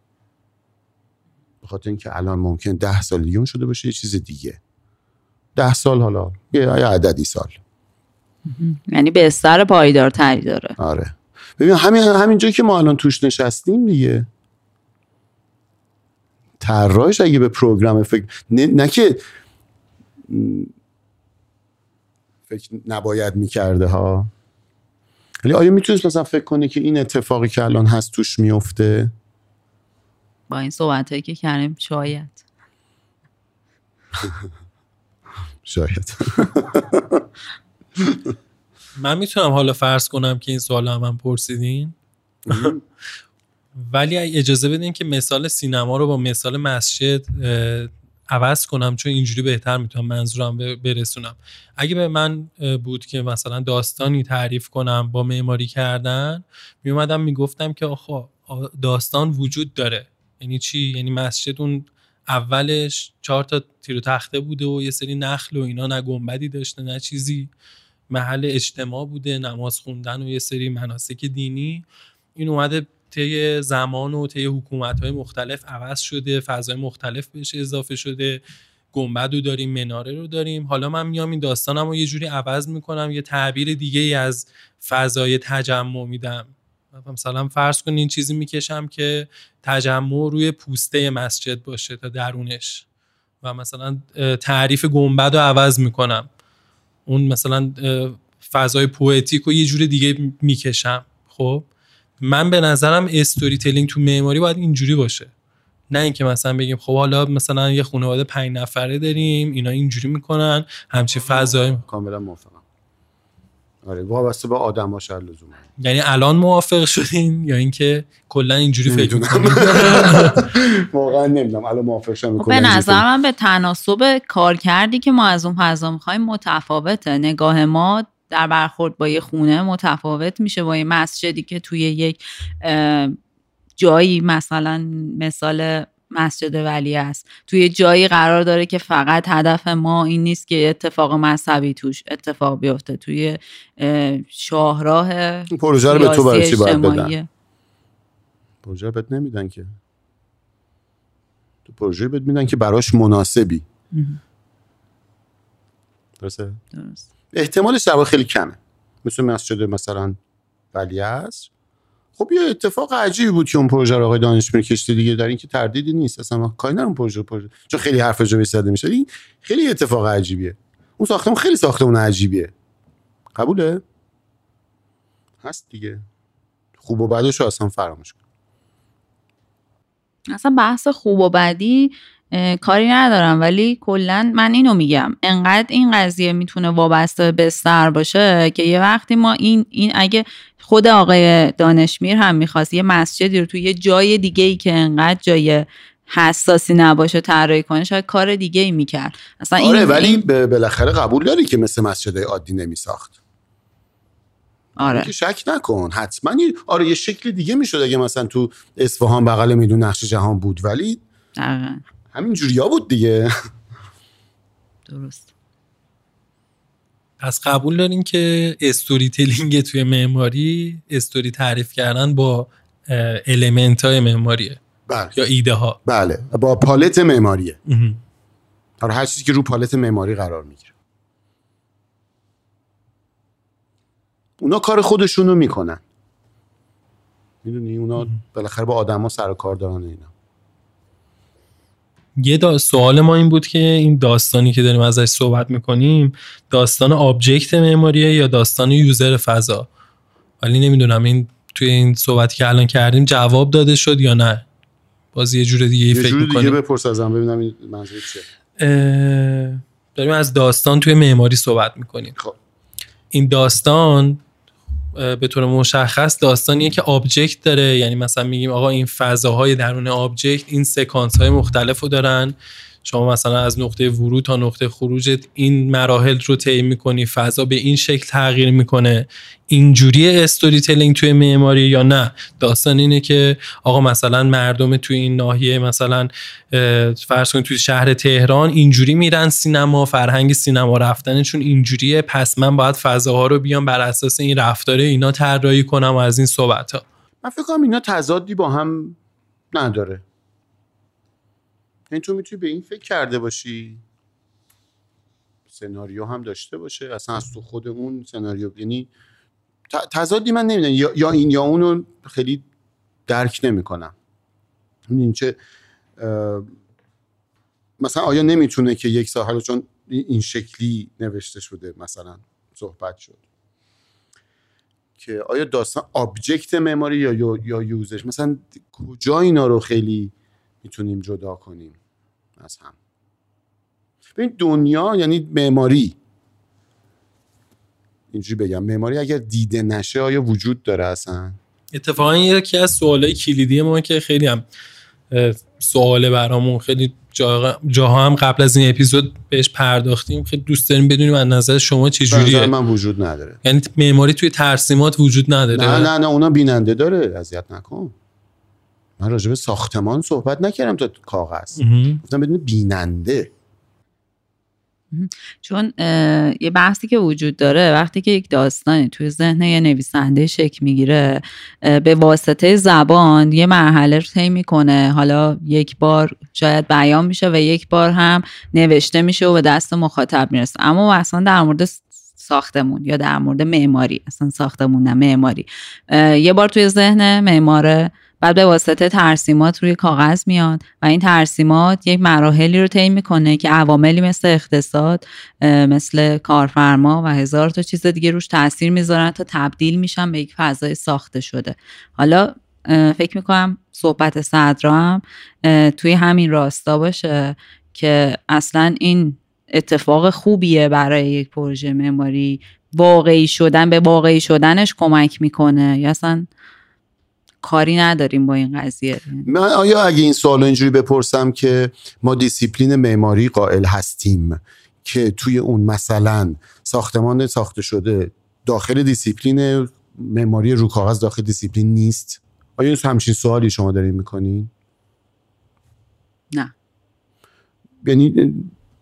به خاطر اینکه الان ممکن ده سال دیگه اون شده باشه یه چیز دیگه، ده سال حالا یه عددی سال، یعنی به استر پایدارتری داره. آره ببین همین همینجا که ما الان توش نشستیم دیگه، طراحش اگه به پروگرام فکر نه, نه که فکر نباید میکرده ها، ولی آیا میتونست مثلا فکر کنه که این اتفاقی که الان هست توش میفته؟ با این صحبتایی که کردیم شاید شاید من میتونم حالا فرض کنم که این سوال هم من پرسیدین ولی اجازه بدین که مثال سینما رو با مثال مسجد عوض کنم، چون اینجوری بهتر میتونم منظورم برسونم. اگه به من بود که مثلا داستانی تعریف کنم با معماری کردن، میومدم میگفتم که آخه داستان وجود داره، یعنی چی؟ یعنی مسجد اون اولش چهار تا تیر و تخته بوده و یه سری نخل و اینا، نه گنبدی داشته نه چیزی، محل اجتماع بوده، نماز خوندن و یه سری مناسک دینی. این اومده طی زمان و طی حکومت‌های مختلف عوض شده، فضای مختلف بهش اضافه شده، گنبد رو داریم، مناره رو داریم. حالا من میام این داستانم رو یه جوری عوض میکنم، یه تعبیر دیگه ای از فضای تجمع میدم. مثلا فرض کنین چیزی میکشم که تجمع روی پوسته مسجد باشه تا درونش، و مثلا تعریف گنبد رو عوض میکنم، اون مثلا فضای پوئتیک رو یه جور دیگه میکشم. خب من به نظرم استوری تلینگ تو معماری باید اینجوری باشه، نه اینکه مثلا بگیم خب حالا مثلا یه خانواده پنج نفره داریم اینا اینجوری میکنن همچی فضای. کاملا موافقم. آره وابسته به آدم‌ها شاید لزومه. یعنی الان موافق شدین یا اینکه کلا اینجوری فکر می‌کنین؟ واقعا نمیدونم الان موافق شدم. به نظر من به تناسب کار کردی که ما از اون فضا می‌خوایم متفاوته. نگاه ما در برخورد با یه خونه متفاوت میشه با یه مسجدی که توی یک جایی، مثلا مثال مسجد ولی است، توی جایی قرار داره که فقط هدف ما این نیست که اتفاق مذهبی توش اتفاق بیفته، توی شاهراه پروژه رو به تو برای چی باید بدن؟ پروژه رو بهت نمیدن که، تو پروژه بهت میدن که براش مناسبی. درسته؟ درست. احتمالش در واقع خیلی کمه. مثل مسجد مثلا ولی است، خب یه اتفاق عجیبی بود که اون پروژه رو آقای دانشمیر کشتی دیگه، در این که تردیدی نیست اصلا. ما کاری ندارم پروژه پروژه چون خیلی حرف جوی زده میشه، این خیلی اتفاق عجیبیه. اون ساختمون خیلی ساختمون عجیبیه، قبوله؟ هست دیگه. خوب و بدش رو اصلا فراموش کن. اصلا بحث خوب و بدی کاری ندارم، ولی کلا من اینو میگم انقدر این قضیه میتونه وابسته به بستر باشه که یه وقتی ما این این اگه خود آقای دانشمیر هم میخواست یه مسجدی رو توی یه جای دیگه ای که انقدر جای حساسی نباشه طراحی کنه، شاید کار دیگه ای میکرد اصلا. آره این ولی این... بالاخره قبول داری که مثل مسجدهای عادی نمیساخت. آره که شک نکن حتما. آره یه شکل دیگه میشد اگه مثلا تو اصفهان بغل میدون نقش جهان بود، ولی دقیقاً همین جوریا بود دیگه. درست. پس قبول دارین که استوری تلینگ توی معماری استوری تعریف کردن با المنت های معماریه. بله. یا ایده ها. بله با پالت معماریه. آره هر چیزی که رو پالت معماری قرار میگیره. اونا کار خودشونو میکنن، میدونی اونا بالاخره با آدم ها سر و کار دارن. اینا یه دا سوال ما این بود که این داستانی که داریم ازش صحبت میکنیم داستان آبجکت معماریه یا داستان یوزر فضا، ولی نمیدونم این توی این صحبتی که الان کردیم جواب داده شد یا نه. باز یه جور دیگه ای فکر میکنیم. یه جور دیگه بپرس ازم ببینم این منظورت چیه. داریم از داستان توی معماری صحبت میکنیم. خب این داستان به طور مشخص داستانیه که آبجکت داره، یعنی مثلا میگیم آقا این فضاهای درون آبجکت این سکانس های مختلف رو دارن، شما مثلا از نقطه ورود تا نقطه خروجت این مراحل رو طی میکنی، فضا به این شکل تغییر میکنه. اینجوری استوری تلینگ توی معماری یا نه داستان اینه که آقا مثلا مردم توی این ناحیه مثلا فرض کنید توی شهر تهران اینجوری میرن سینما، فرهنگ سینما رفتنشون اینجوریه، پس من باید فضاها رو بیام بر اساس این رفتار اینا طراحی کنم و از این صحبت ها. من فکر کنم اینا تضادی با هم نداره. یعنی تو میتونی به این فکر کرده باشی سناریو هم داشته باشه اصلا از تو خود اون سناریو، یعنی تضادی من نمیدونم یا, یا این یا اونو خیلی درک نمی کنم. این چه مثلا آیا نمیتونه که یک ساحل چون این شکلی نوشته شده مثلا صحبت شد که آیا داستان آبجکت معماری یا یا, یا یوزش مثلا کجا اینا رو خیلی میتونیم جدا کنیم از هم. ببین دنیا یعنی معماری، اینجوری بگم معماری اگر دیده نشه آیا وجود داره اصلا؟ اتفاقا یکی از سوالای کلیدی ما که خیلی هم سواله برامون، خیلی جاها جا هم قبل از این اپیزود بهش پرداختیم، خیلی دوست داریم بدونیم از نظر شما چه جوریه. نظر من وجود نداره. یعنی معماری توی ترسیمات وجود نداره؟ نه نه نه اونا بیننده داره، اذیت نکن. من راجع به ساختمان صحبت نکردم تا کاغذ، گفتم بدون بیننده. چون یه بحثی که وجود داره وقتی که یک داستانی توی ذهن یه نویسنده شکل میگیره، به واسطه زبان یه مرحله رو طی میکنه، حالا یک بار شاید بیان میشه و یک بار هم نوشته میشه و به دست مخاطب میرسه. اما اصلا در مورد ساختمون یا در مورد معماری، اصلا ساختمون نه معماری، یه بار توی ذهن معماره، بعد به واسطه ترسیمات روی کاغذ میاد و این ترسیمات یک مراحلی رو طی میکنه که عواملی مثل اقتصاد، مثل کارفرما و هزار تا چیز دیگه روش تاثیر میذارن تا تبدیل میشن به یک فضای ساخته شده. حالا فکر میکنم صحبت صدرا هم توی همین راستا باشه که اصلا این اتفاق خوبیه برای یک پروژه معماری، واقعی شدن به واقعی شدنش کمک میکنه یا اصلا کاری نداریم با این قضیه. من آیا اگه این سوالو اینجوری بپرسم که ما دیسیپلین معماری قائل هستیم که توی اون مثلا ساختمان ساخته شده داخل دیسیپلین معماری رو کاغذ داخل دیسیپلین نیست، آیا همچین سوالی شما دارین میکنین؟ نه، یعنی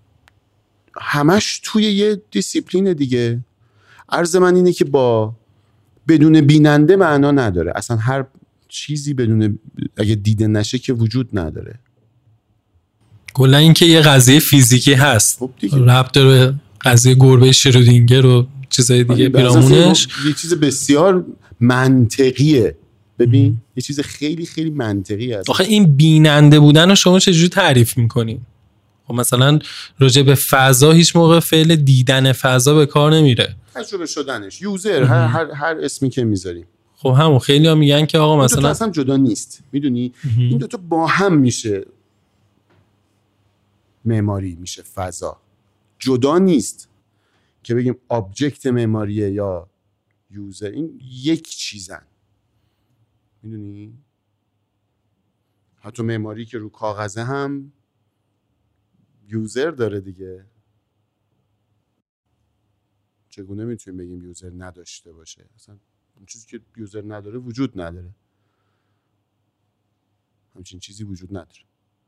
همش توی یه دیسیپلین دیگه. عرض من اینه که با بدون بیننده معنا نداره، اصلا هر چیزی بدون اگه دیده نشه که وجود نداره. کلا این که یه قضیه فیزیکی هست، ربط داره قضیه گربه شرودینگر و چیزای دیگه پیرامونش. یه چیز بسیار منطقیه. ببین یه چیز خیلی خیلی منطقی است. آخه این بیننده بودن رو شما چجوری تعریف میکنین؟ خب مثلا راجع به فضا هیچ موقع فعل دیدن فضا به کار نمیره، تجربه شدنش، یوزر، هر, هر, هر اسمی که میذاریم. خب همون خیلی ها میگن که آقا مثلا این دوتا اصلا جدا نیست، میدونی؟ این دوتا با هم میشه معماری، میشه فضا، جدا نیست که بگیم آبجکت معماریه یا یوزر. این یک چیزن، میدونی؟ حتی معماری که رو کاغذه هم یوزر داره دیگه. چگونه میتونیم بگیم یوزر نداشته باشه؟ اصلا اون چیزی که یوزر نداره وجود نداره، همچین چیزی وجود نداره.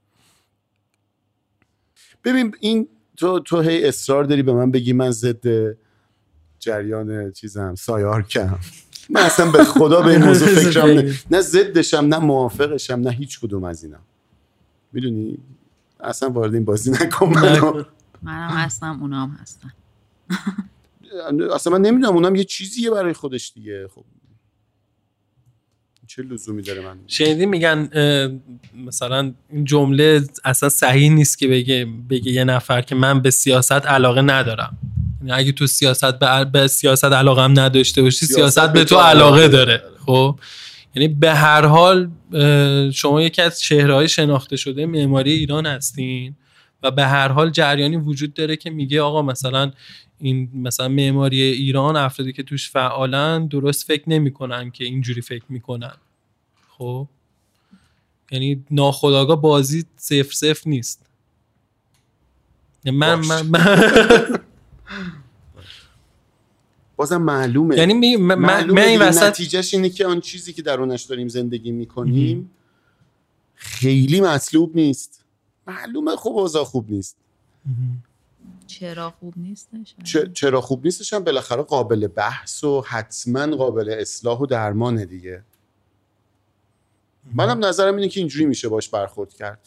ببین این تو تو هی اصرار داری به من بگی من ضد جریان چیزم سایار کم. من اصلا به خدا به این موضوع فکرم نه, نه ضدشم نه موافقشم نه هیچ کدوم از اینا، میدونی؟ اصلا وارد این بازی نکن. منم منم هستم، اونام هستن. اصلا من نمیدونم، اونم یه چیزیه برای خودش دیگه. خب چه لزومی داره؟ من شنیدی میگن مثلا این جمله اصلا صحیح نیست که بگه بگه یه نفر که من به سیاست علاقه ندارم. یعنی اگه تو سیاست به, به سیاست علاقه هم نداشته باشی، سیاست, سیاست به تو علاقه داره. خب یعنی به هر حال شما یکی از چهره‌های شناخته شده معماری ایران هستین و به هر حال جریانی وجود داره که میگه آقا مثلا این مثلا معماری ایران افرادی که توش فعالن درست فکر نمی‌کنن که اینجوری فکر میکنن. خب یعنی ناخودآگاه بازی صفر صفر نیست. من من, من بازم معلومه، یعنی می من معلومه این وسط نتیجهش اینه که آن چیزی که درونش داریم زندگی میکنیم خیلی مطلوب نیست. معلومه خب اوضاع خوب نیست. چرا خوب نیستش؟ چرا خوب نیستش هم بالاخره قابل بحث و حتما قابل اصلاح و درمانه دیگه. منم نظرم اینه که اینجوری میشه باش برخورد کرد.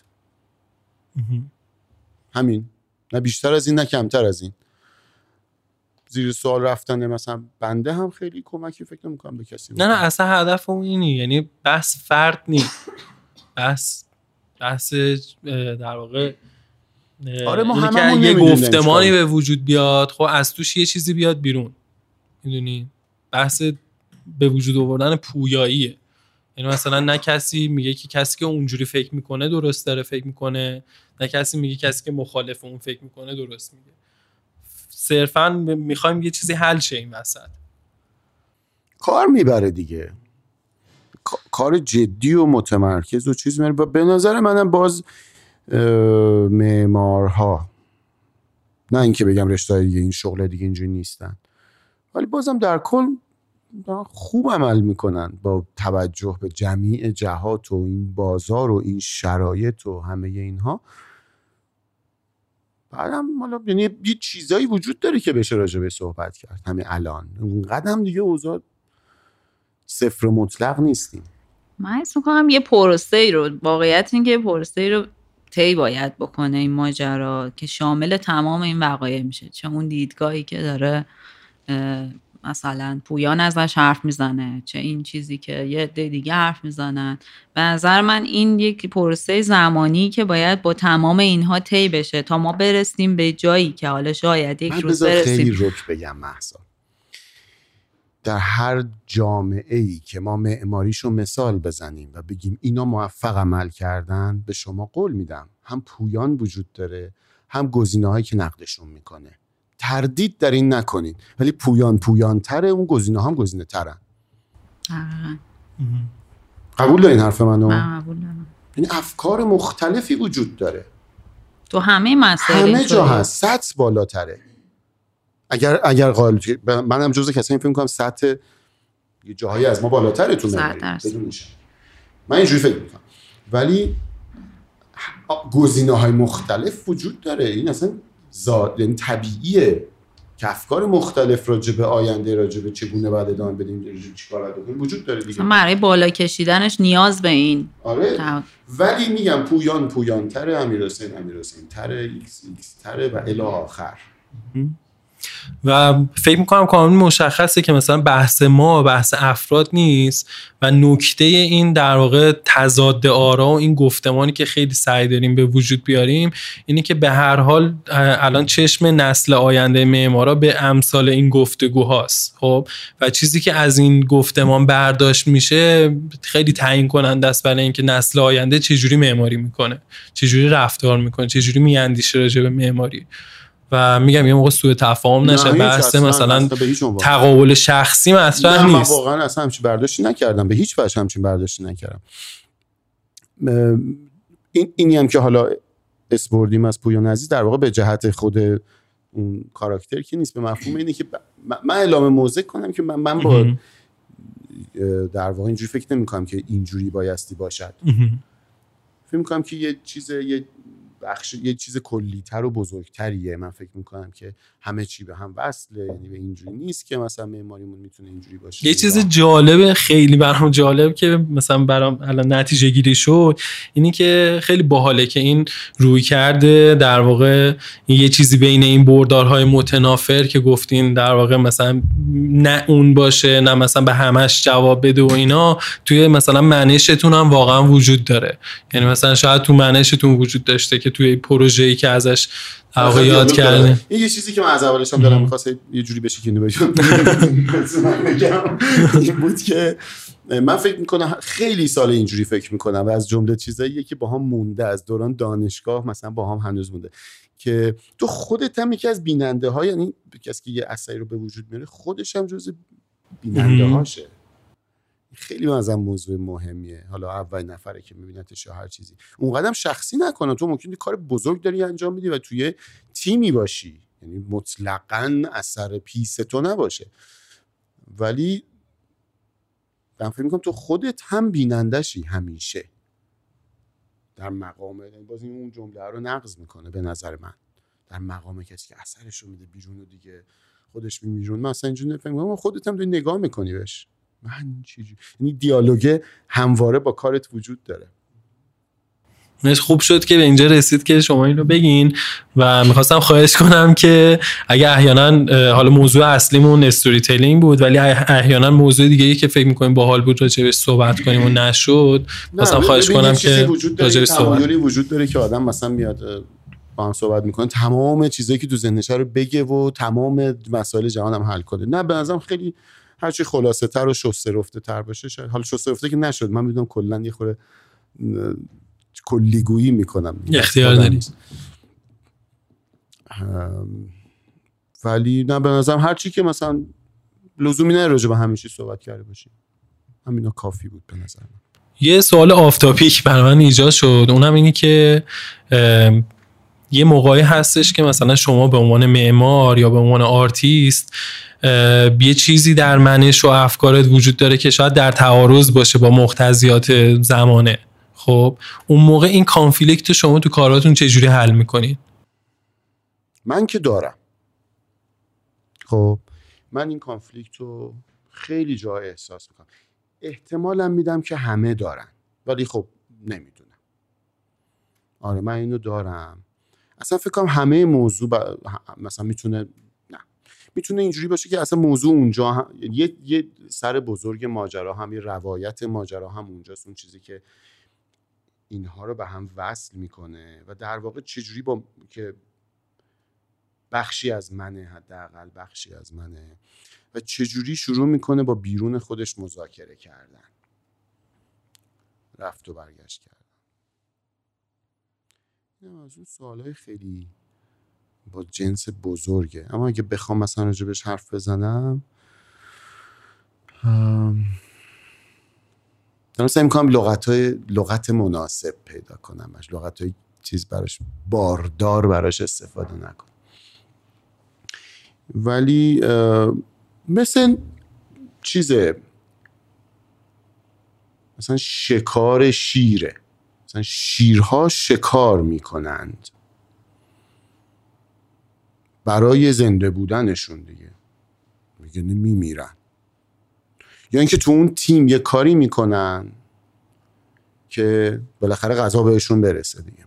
همین، نه بیشتر از این نه کمتر از این. زیر سوال رفتن مثلا بنده هم خیلی کمکی فکر نمی‌کنم به کسی. نه نه اصلا هدف اون اینی، یعنی بحث فرد نیست، بحث بحث در واقع آره ما هممون یه گفتمانی به وجود بیاد، خب از توش یه چیزی بیاد بیرون، میدونی؟ بحث به وجود آوردن پویاییه. یعنی مثلا نه کسی میگه که کسی که اونجوری فکر میکنه درست داره فکر میکنه، نه کسی میگه کسی که مخالف اون فکر میکنه درست میگه. صرفا میخوایم یه چیزی حل شه این وسط. کار میبره دیگه، کار جدی و متمرکز و چیز میبره. به نظر منم باز معمارها، نه اینکه بگم رشته دیگه این شغل دیگه اینجوری نیستن، ولی بازم در کل خوب عمل میکنن با توجه به جمیع جهات و این بازار و این شرایط و همه اینها. بعدم حالا یعنی یه چیزایی وجود داره که بشه راجع به صحبت کرد همین الان. اونقدر هم دیگه اوضاع صفر مطلق نیستیم. من حس میکنم یه پروسه‌ای رو، واقعیت این که پروسه‌ای رو طی باید بکنه این ماجرا که شامل تمام این وقایع میشه. چه اون دیدگاهی که داره مثلا پویان ازش حرف میزنه، چه این چیزی که یه عده دیگه حرف میزنن. به نظر من این یک پروسه زمانی که باید با تمام اینها طی بشه تا ما برسیم به جایی که حالا شاید یک روز برسیم. خیلی رک بگم مهسا، در هر جامعه ای که ما معماریشو مثال بزنیم و بگیم اینا موفق عمل کردن، به شما قول میدم هم پویان وجود داره هم گزینه‌هایی که نقدشون میکنه. تردید در این نکنین، ولی پویان پویان تره، اون گزینه هم گزینه ترن. قبول دارین حرف منو؟ من قبول دارم. یعنی افکار مختلفی وجود داره تو همه مسائل، همه جا هست، سطح بالاتره. اگر اگر قائل منم جزء کسایی فکر می‌کنم سطح یه جاهایی از ما بالاتره تو معماری بدونش، من اینجوری فکر می‌کنم. ولی گزینه‌های مختلف وجود داره. این اصلا زاد، یعنی طبیعیه که افکار مختلف راجع به آینده، راجع به چگونه بعد ادامه بدیم، چیکار باید بکنیم وجود داره دیگه. برای بالا کشیدنش نیاز به این. آره تا... ولی میگم پویان پویان تره، امیرحسین امیرحسین تره، ایکس ایکس تره و الی آخر. و فکر میکنم کاملا مشخصه که مثلا بحث ما بحث افراد نیست و نکته این در واقع تضاد آرا و این گفتمانی که خیلی سعی داریم به وجود بیاریم اینه که به هر حال الان چشم نسل آینده معمارا به امثال این گفتگوهاست. خب و چیزی که از این گفتمان برداشت میشه خیلی تعیین کننده است برای اینکه نسل آینده چجوری معماری میکنه، چجوری رفتار میکنه، چجوری میاندیشه راجع به معماری. و میگم یه موقع سوء تفاهم نشه، بحث مثلا تقابل شخصی مطرح نیست. من واقعا اصلا همچین برداشتی نکردم، به هیچ وجه همچین برداشتی نکردم. این اینی هم که حالا اسپوردیم از پویان عزیز در واقع به جهت خود اون کاراکتر که نیست، به مفهوم اینه که من اعلام موضع کنم که من من با در واقع اینجوری فکر نمی‌کنم که اینجوری بایستی باشد. فکر می‌کنم که یه چیز یه بخش یه چیز کلی‌تر و بزرگتریه. من فکر میکنم که همه چی به هم وصله، یعنی به اینجوری نیست که مثلا معماریمون میتونه اینجوری باشه. یه چیز جالبه، خیلی برام جالب که مثلا برام الان نتیجه گیری شد اینی که خیلی باحاله که این روی کرده در واقع یه چیزی بین این بردارهای متنافر که گفتین در واقع مثلا نه اون باشه نه مثلا به همش جواب بده و اینا، توی مثلا منشتون هم واقعا وجود داره. یعنی مثلا شاید تو منشتون وجود داشته که توی پروژه‌ای که ازش واقعا یاد کردن. این یه چیزی که من از اولش هم دارم می‌خواست یه جوری بشه که اینو بگم این بود که من فکر میکنم خیلی سال اینجوری فکر میکنم و از جمله چیزاییه که با هم مونده از دوران دانشگاه مثلا با هم هنوز مونده که تو خودت هم یکی از بیننده ها، یعنی کسی که یه اثری رو به وجود میاره خودش هم جزء بیننده هاشه. خیلی مثلا موضوع مهمیه. حالا اول نفره که میبینتش یا هر چیزی اون قدم شخصی نکنه. تو ممکنه کار بزرگ داری انجام میدی و توی تیمی باشی، یعنی مطلقاً اثر پیس تو نباشه، ولی من فکر میکنم تو خودت هم بینندشی همیشه در مقام، باز این اون جمله رو نقض میکنه به نظر من، در مقام کسی که اثرش رو میده بیرون و دیگه خودش میاد بیرون. من اصلا اینجوری نفهم میکنم خودت هم داری نگاه میکنی بهش. من چیزی یعنی دیالوگ همواره با کارت وجود داره. مش خوب شد که به اینجا رسید که شما اینو بگین و میخواستم خواهش کنم که اگه احیانا حالا موضوع اصلیمون استوری تیلینگ بود ولی احیانا موضوع دیگه‌ای که فکر می‌کنیم باحال بود راجعش صحبت کنیم و نشد، مثلا خواهش کنم که راجعش صحبت وجود داره که آدم مثلا میاد با هم صحبت میکنه تمام چیزایی که تو ذهنش رو بگه و تمام مسائل جهان هم حل کنه. نه به نظرم خیلی هرچی خلاصه تر و شسته رفته تر باشه شاید. حالا شسته رفته که نشد، من میدونم کلا یه خورده کلیگویی میکنم، اختیار داری. ولی نه به نظرم هرچی که مثلا لزومی نداره راجع به همین چیز صحبت کرده باشیم، همینا کافی بود به نظر من. یه سوال آف تاپیک برای من ایجاد شد، اونم اینی که یه موقعی هستش که مثلا شما به عنوان معمار یا به عنوان آرتیست یه چیزی در منش و افکارت وجود داره که شاید در تعارض باشه با مقتضیات زمانه. خب اون موقع این کانفلیکت شما تو کاراتون چجوری حل میکنین؟ من که دارم. خب من این کانفلیکت رو خیلی جای احساس میکنم. احتمالم میدم که همه دارن، ولی خب نمیدونم. آره من اینو دارم. اصلا فکر کنم همه موضوع با... مثلا میتونه نه میتونه اینجوری باشه که اصلا موضوع اونجا هم... یه... یه سر بزرگ ماجرا هم، یه روایت ماجرا هم اونجاست، اون چیزی که اینها رو به هم وصل میکنه و در واقع چجوری با که بخشی از منه، حداقل بخشی از منه، و چجوری شروع میکنه با بیرون خودش مذاکره کردن، رفت و برگشت کردن. این از اون سوالای خیلی با جنس بزرگه، اما اگه بخوام مثلا راجبش حرف بزنم دارم سعی میکنم لغتای لغت مناسب پیدا کنم، لغتای چیز براش باردار براش استفاده نکنم. ولی مثل چیزه، مثلا شکار شیره، مثلا شیرها شکار میکنند برای زنده بودنشون دیگه، میگه نمیمیرن. یا اینکه تو اون تیم یه کاری میکنن که بالاخره غذا بهشون برسه دیگه.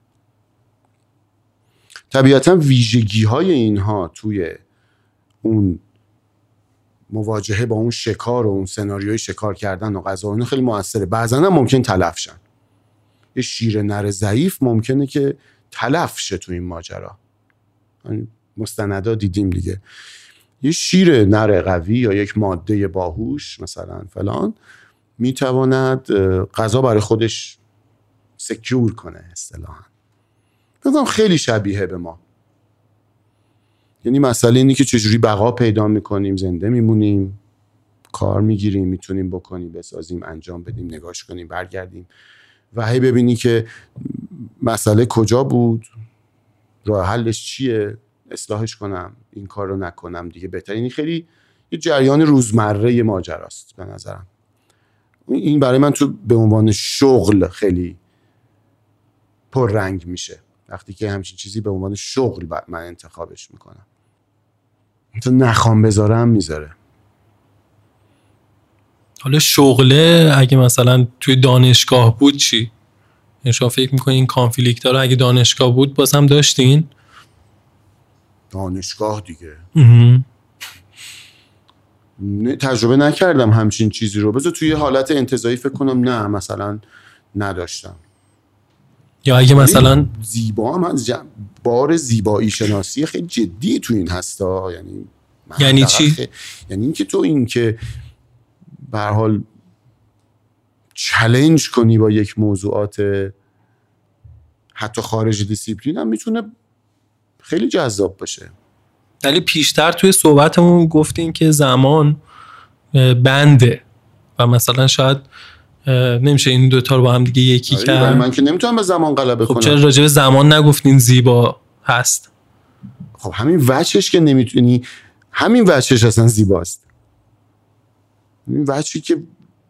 طبیعتا ویژگی های اینها توی اون مواجهه با اون شکار و اون سناریوی شکار کردن و غذا اینا خیلی موثره. بعضا هم ممکن تلف شن. یه شیر نر ضعیف ممکنه که تلف شه تو این ماجرا. مستندا دیدیم دیگه، یه شیر نر قوی یا یک ماده باهوش مثلا فلان میتواند غذا برای خودش سکیور کنه اصطلاحاً. بگم خیلی شبیه به ما. یعنی مسئله اینی که چجوری بقا پیدا میکنیم، زنده میمونیم، کار میگیریم، میتونیم بکنیم، بسازیم، انجام بدیم، نگاش کنیم، برگردیم و هی ببینی که مسئله کجا بود، راه حلش چیه، اصلاحش کنم، این کار رو نکنم دیگه بهتر. یعنی خیلی یه جریان روزمره ماجراست به نظرم. این برای من تو به عنوان شغل خیلی پررنگ میشه وقتی که همچین چیزی به عنوان شغل من انتخابش میکنم. تو نخوام بذارم میذاره. حالا شغله اگه مثلا توی دانشگاه بود چی؟ یعنی شما فکر میکنین این کانفلیکت ها رو اگه دانشگاه بود باز هم داشتین؟ دانشگاه دیگه تجربه نکردم همچین چیزی رو. بذار توی حالت انتزاعی فکر کنم نه مثلا نداشتم. یا اگه مثلا زیبا هم هست، بار زیبایی شناسی خیلی جدی تو این هستا. یعنی یعنی چی؟ خی... یعنی این که تو این که به هر حال چالش کنی با یک موضوعات حتی خارج دیسیپلین هم میتونه خیلی جذاب باشه. ولی پیشتر توی صحبتمون گفتیم که زمان بنده و مثلا شاید نمیشه این دوتا رو با هم دیگه یکی کرد. کرد. من که نمیتونم به زمان غلبه خب کنم. چرا راجع به زمان نگفتین زیبا هست؟ خب همین وجهش که نمیتونی، همین وجهش اصلا زیباست. همین وجهی که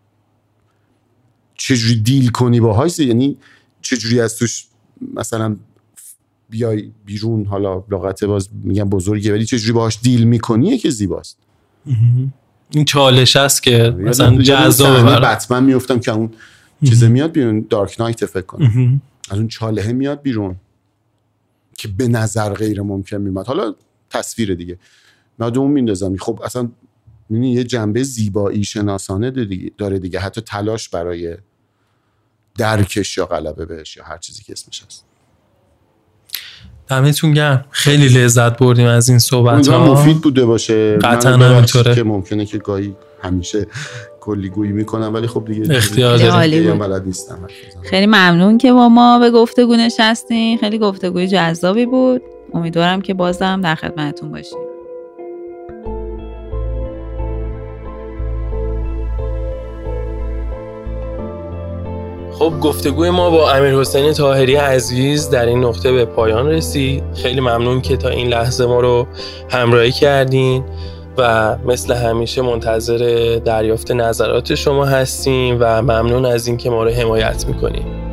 چجوری دیل کنی باهاش، یعنی چجوری از توش مثلا بیای بیرون، حالا لغت باز میگم بزرگه ولی چجوری باهاش دیل میکنیه که زیباست. این چالش است که مثلا جذابه. من بتمن میافتم که اون چیزه میاد بیرون، دارک نایت فکر کنم، از اون چالهه میاد بیرون که به نظر غیر ممکن میاد. حالا تصویر دیگه بعد اون میندازم. خب اصلا یعنی یه جنبه زیبایی شناسانه داره دیگه، حتی تلاش برای درکش یا غلبه بهش یا هر چیزی که اسمش هست. دمتون گرم، خیلی لذت بردیم از این صحبت ها. مفید بوده باشه. قطعا همینطوره که ممکنه که گاهی همیشه کلی گویی میکنم ولی خب دیگه اختیار داریم. بلد نیستم. خیلی ممنون که با ما به گفتگو نشستین. خیلی گفتگوی جذابی بود. امیدوارم که بازم در خدمتتون باشیم. خب گفتگوی ما با امیرحسین طاهری عزیز در این نقطه به پایان رسید. خیلی ممنون که تا این لحظه ما رو همراهی کردین و مثل همیشه منتظر دریافت نظرات شما هستیم و ممنون از این که ما رو حمایت میکنین.